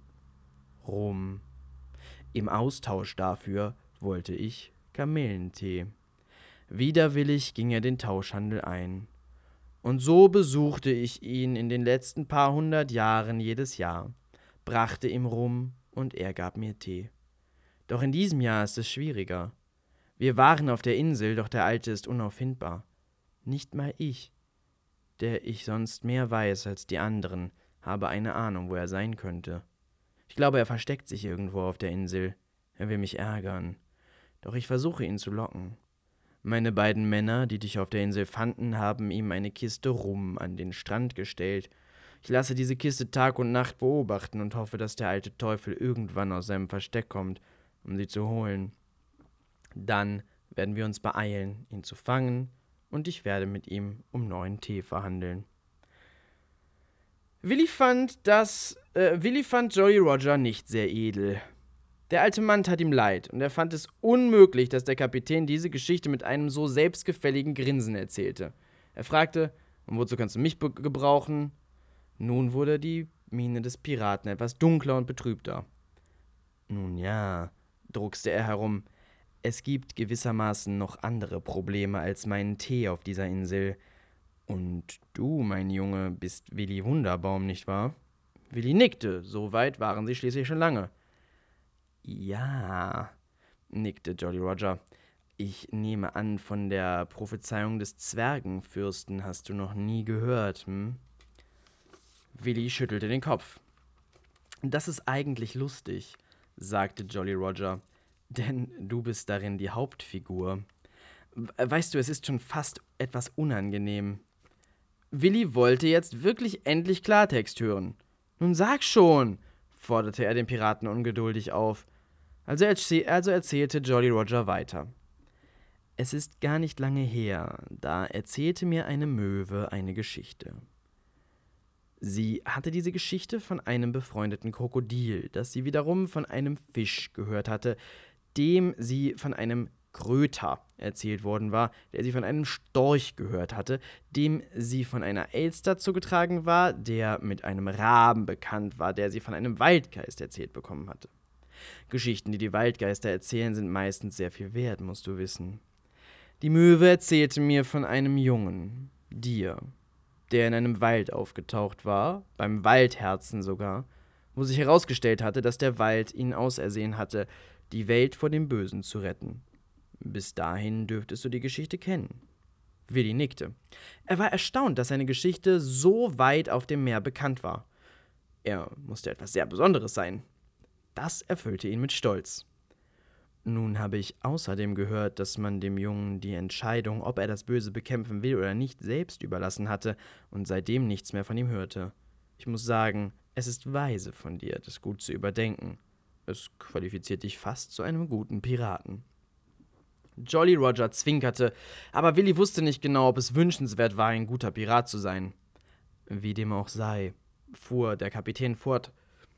Rum. Im Austausch dafür wollte ich Kamillentee. Widerwillig ging er den Tauschhandel ein. Und so besuchte ich ihn in den letzten paar hundert Jahren jedes Jahr, brachte ihm Rum und er gab mir Tee. Doch in diesem Jahr ist es schwieriger. Wir waren auf der Insel, doch der Alte ist unauffindbar. Nicht mal ich, der ich sonst mehr weiß als die anderen, habe eine Ahnung, wo er sein könnte. Ich glaube, er versteckt sich irgendwo auf der Insel. Er will mich ärgern. Doch ich versuche, ihn zu locken. Meine beiden Männer, die dich auf der Insel fanden, haben ihm eine Kiste Rum an den Strand gestellt. Ich lasse diese Kiste Tag und Nacht beobachten und hoffe, dass der alte Teufel irgendwann aus seinem Versteck kommt, um sie zu holen. Dann werden wir uns beeilen, ihn zu fangen, und ich werde mit ihm um neuen Tee verhandeln. Willi fand, dass, äh, Willi fand Jolly Roger nicht sehr edel. Der alte Mann tat ihm leid, und er fand es unmöglich, dass der Kapitän diese Geschichte mit einem so selbstgefälligen Grinsen erzählte. Er fragte, und wozu kannst du mich be- gebrauchen? Nun wurde die Miene des Piraten etwas dunkler und betrübter. Nun ja, druckste er herum, es gibt gewissermaßen noch andere Probleme als meinen Tee auf dieser Insel. Und du, mein Junge, bist Willi Wunderbaum, nicht wahr? Willi nickte, so weit waren sie schließlich schon lange. Ja, nickte Jolly Roger. Ich nehme an, von der Prophezeiung des Zwergenfürsten hast du noch nie gehört, hm? Willi schüttelte den Kopf. Das ist eigentlich lustig, sagte Jolly Roger, denn du bist darin die Hauptfigur. Weißt du, es ist schon fast etwas unangenehm. Willi wollte jetzt wirklich endlich Klartext hören. Nun sag schon, forderte er den Piraten ungeduldig auf. Also, erzäh- also erzählte Jolly Roger weiter. Es ist gar nicht lange her, da erzählte mir eine Möwe eine Geschichte. Sie hatte diese Geschichte von einem befreundeten Krokodil, das sie wiederum von einem Fisch gehört hatte, dem sie von einem Kröter erzählt worden war, der sie von einem Storch gehört hatte, dem sie von einer Elster zugetragen war, der mit einem Raben bekannt war, der sie von einem Waldgeist erzählt bekommen hatte. Geschichten, die die Waldgeister erzählen, sind meistens sehr viel wert, musst du wissen. Die Möwe erzählte mir von einem Jungen, dir, der in einem Wald aufgetaucht war, beim Waldherzen sogar, wo sich herausgestellt hatte, dass der Wald ihn ausersehen hatte, die Welt vor dem Bösen zu retten. Bis dahin dürftest du die Geschichte kennen. Willi nickte. Er war erstaunt, dass seine Geschichte so weit auf dem Meer bekannt war. Er musste etwas sehr Besonderes sein. Das erfüllte ihn mit Stolz. Nun habe ich außerdem gehört, dass man dem Jungen die Entscheidung, ob er das Böse bekämpfen will oder nicht, selbst überlassen hatte und seitdem nichts mehr von ihm hörte. Ich muss sagen, es ist weise von dir, das gut zu überdenken. Es qualifiziert dich fast zu einem guten Piraten. Jolly Roger zwinkerte, aber Willi wusste nicht genau, ob es wünschenswert war, ein guter Pirat zu sein. Wie dem auch sei, fuhr der Kapitän fort.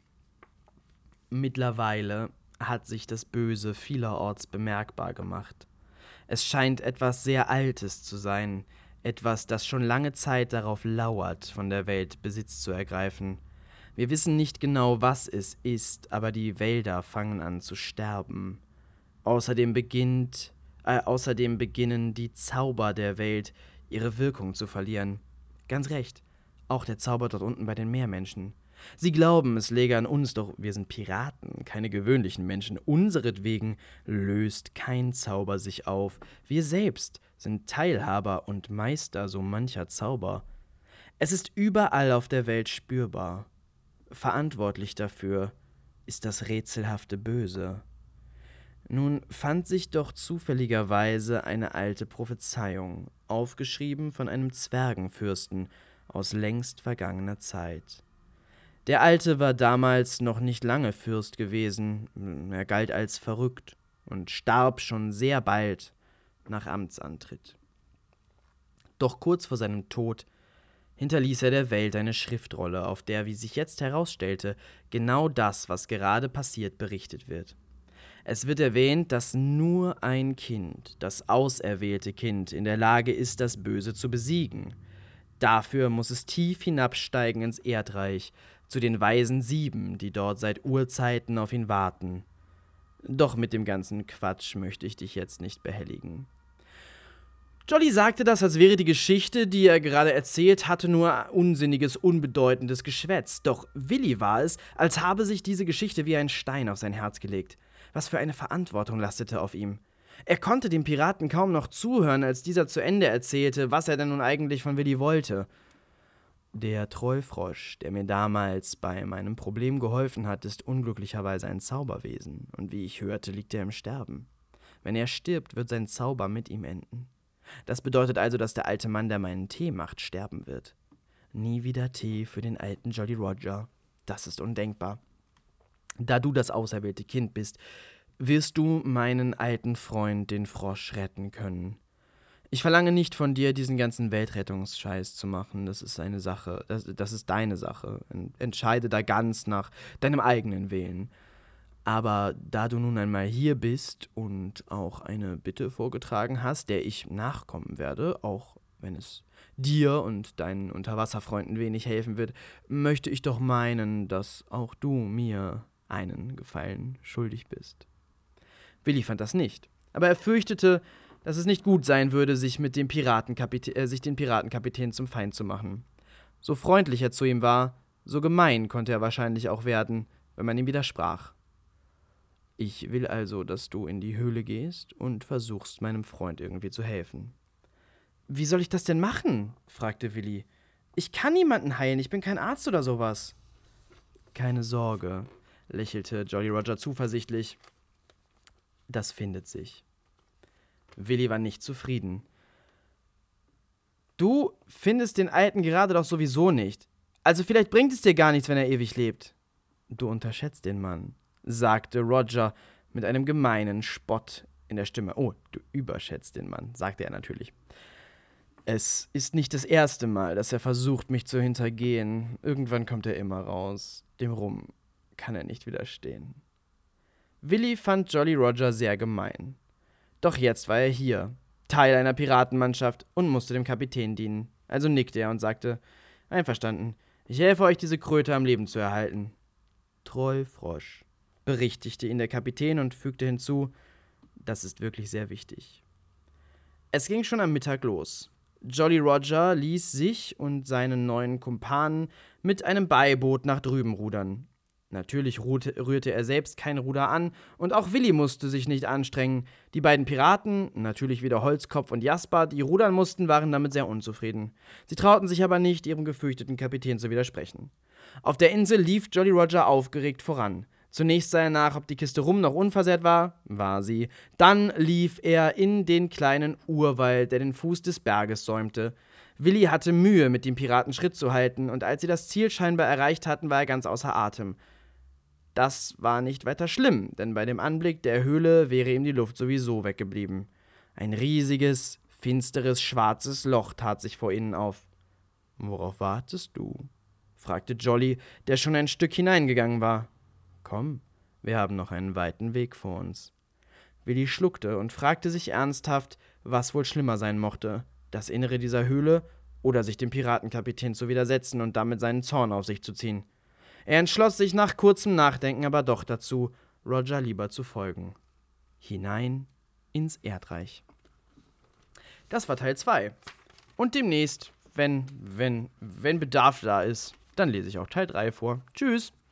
Mittlerweile hat sich das Böse vielerorts bemerkbar gemacht. Es scheint etwas sehr Altes zu sein, etwas, das schon lange Zeit darauf lauert, von der Welt Besitz zu ergreifen. Wir wissen nicht genau, was es ist, aber die Wälder fangen an zu sterben. Außerdem beginnt, äh, außerdem beginnen die Zauber der Welt ihre Wirkung zu verlieren. Ganz recht, auch der Zauber dort unten bei den Meermenschen. Sie glauben, es läge an uns, doch wir sind Piraten, keine gewöhnlichen Menschen. Unseretwegen löst kein Zauber sich auf. Wir selbst sind Teilhaber und Meister so mancher Zauber. Es ist überall auf der Welt spürbar. Verantwortlich dafür ist das rätselhafte Böse. Nun fand sich doch zufälligerweise eine alte Prophezeiung, aufgeschrieben von einem Zwergenfürsten aus längst vergangener Zeit. Der Alte war damals noch nicht lange Fürst gewesen, er galt als verrückt und starb schon sehr bald nach Amtsantritt. Doch kurz vor seinem Tod hinterließ er der Welt eine Schriftrolle, auf der, wie sich jetzt herausstellte, genau das, was gerade passiert, berichtet wird. Es wird erwähnt, dass nur ein Kind, das auserwählte Kind, in der Lage ist, das Böse zu besiegen. Dafür muss es tief hinabsteigen ins Erdreich, zu den weisen Sieben, die dort seit Urzeiten auf ihn warten. Doch mit dem ganzen Quatsch möchte ich dich jetzt nicht behelligen. Jolly sagte das, als wäre die Geschichte, die er gerade erzählt hatte, nur unsinniges, unbedeutendes Geschwätz. Doch Willi war es, als habe sich diese Geschichte wie ein Stein auf sein Herz gelegt. Was für eine Verantwortung lastete auf ihm. Er konnte dem Piraten kaum noch zuhören, als dieser zu Ende erzählte, was er denn nun eigentlich von Willi wollte. Der Trollfrosch, der mir damals bei meinem Problem geholfen hat, ist unglücklicherweise ein Zauberwesen, und wie ich hörte, liegt er im Sterben. Wenn er stirbt, wird sein Zauber mit ihm enden. Das bedeutet also, dass der alte Mann, der meinen Tee macht, sterben wird. Nie wieder Tee für den alten Jolly Roger. Das ist undenkbar. Da du das auserwählte Kind bist, wirst du meinen alten Freund, den Frosch, retten können. Ich verlange nicht von dir, diesen ganzen Weltrettungsscheiß zu machen. Das ist eine Sache, das, das ist deine Sache. Entscheide da ganz nach deinem eigenen Willen. Aber da du nun einmal hier bist und auch eine Bitte vorgetragen hast, der ich nachkommen werde, auch wenn es dir und deinen Unterwasserfreunden wenig helfen wird, möchte ich doch meinen, dass auch du mir einen Gefallen schuldig bist. Willi fand das nicht, aber er fürchtete, dass es nicht gut sein würde, sich mit dem Piratenkapitän, äh, sich den Piratenkapitän zum Feind zu machen. So freundlich er zu ihm war, so gemein konnte er wahrscheinlich auch werden, wenn man ihm widersprach. Ich will also, dass du in die Höhle gehst und versuchst, meinem Freund irgendwie zu helfen. Wie soll ich das denn machen? Fragte Willi. Ich kann niemanden heilen, ich bin kein Arzt oder sowas. Keine Sorge, lächelte Jolly Roger zuversichtlich. Das findet sich. Willi war nicht zufrieden. Du findest den Alten gerade doch sowieso nicht. Also vielleicht bringt es dir gar nichts, wenn er ewig lebt. Du unterschätzt den Mann, sagte Roger mit einem gemeinen Spott in der Stimme. Oh, du überschätzt den Mann, sagte er natürlich. Es ist nicht das erste Mal, dass er versucht, mich zu hintergehen. Irgendwann kommt er immer raus. Dem Rum kann er nicht widerstehen. Willi fand Jolly Roger sehr gemein. Doch jetzt war er hier, Teil einer Piratenmannschaft und musste dem Kapitän dienen. Also nickte er und sagte, einverstanden, ich helfe euch, diese Kröte am Leben zu erhalten. Trollfrosch, berichtigte ihn der Kapitän und fügte hinzu, das ist wirklich sehr wichtig. Es ging schon am Mittag los. Jolly Roger ließ sich und seinen neuen Kumpanen mit einem Beiboot nach drüben rudern. Natürlich rührte er selbst kein Ruder an und auch Willi musste sich nicht anstrengen. Die beiden Piraten, natürlich wieder Holzkopf und Jasper, die rudern mussten, waren damit sehr unzufrieden. Sie trauten sich aber nicht, ihrem gefürchteten Kapitän zu widersprechen. Auf der Insel lief Jolly Roger aufgeregt voran. Zunächst sah er nach, ob die Kiste Rum noch unversehrt war. War sie. Dann lief er in den kleinen Urwald, der den Fuß des Berges säumte. Willi hatte Mühe, mit dem Piraten Schritt zu halten, und als sie das Ziel scheinbar erreicht hatten, war er ganz außer Atem. Das war nicht weiter schlimm, denn bei dem Anblick der Höhle wäre ihm die Luft sowieso weggeblieben. Ein riesiges, finsteres, schwarzes Loch tat sich vor ihnen auf. »Worauf wartest du?« fragte Jolly, der schon ein Stück hineingegangen war. »Komm, wir haben noch einen weiten Weg vor uns.« Willi schluckte und fragte sich ernsthaft, was wohl schlimmer sein mochte, das Innere dieser Höhle oder sich dem Piratenkapitän zu widersetzen und damit seinen Zorn auf sich zu ziehen. Er entschloss sich nach kurzem Nachdenken aber doch dazu, Roger lieber zu folgen. Hinein ins Erdreich. Das war Teil zwei. Und demnächst, wenn, wenn, wenn Bedarf da ist, dann lese ich auch Teil drei vor. Tschüss!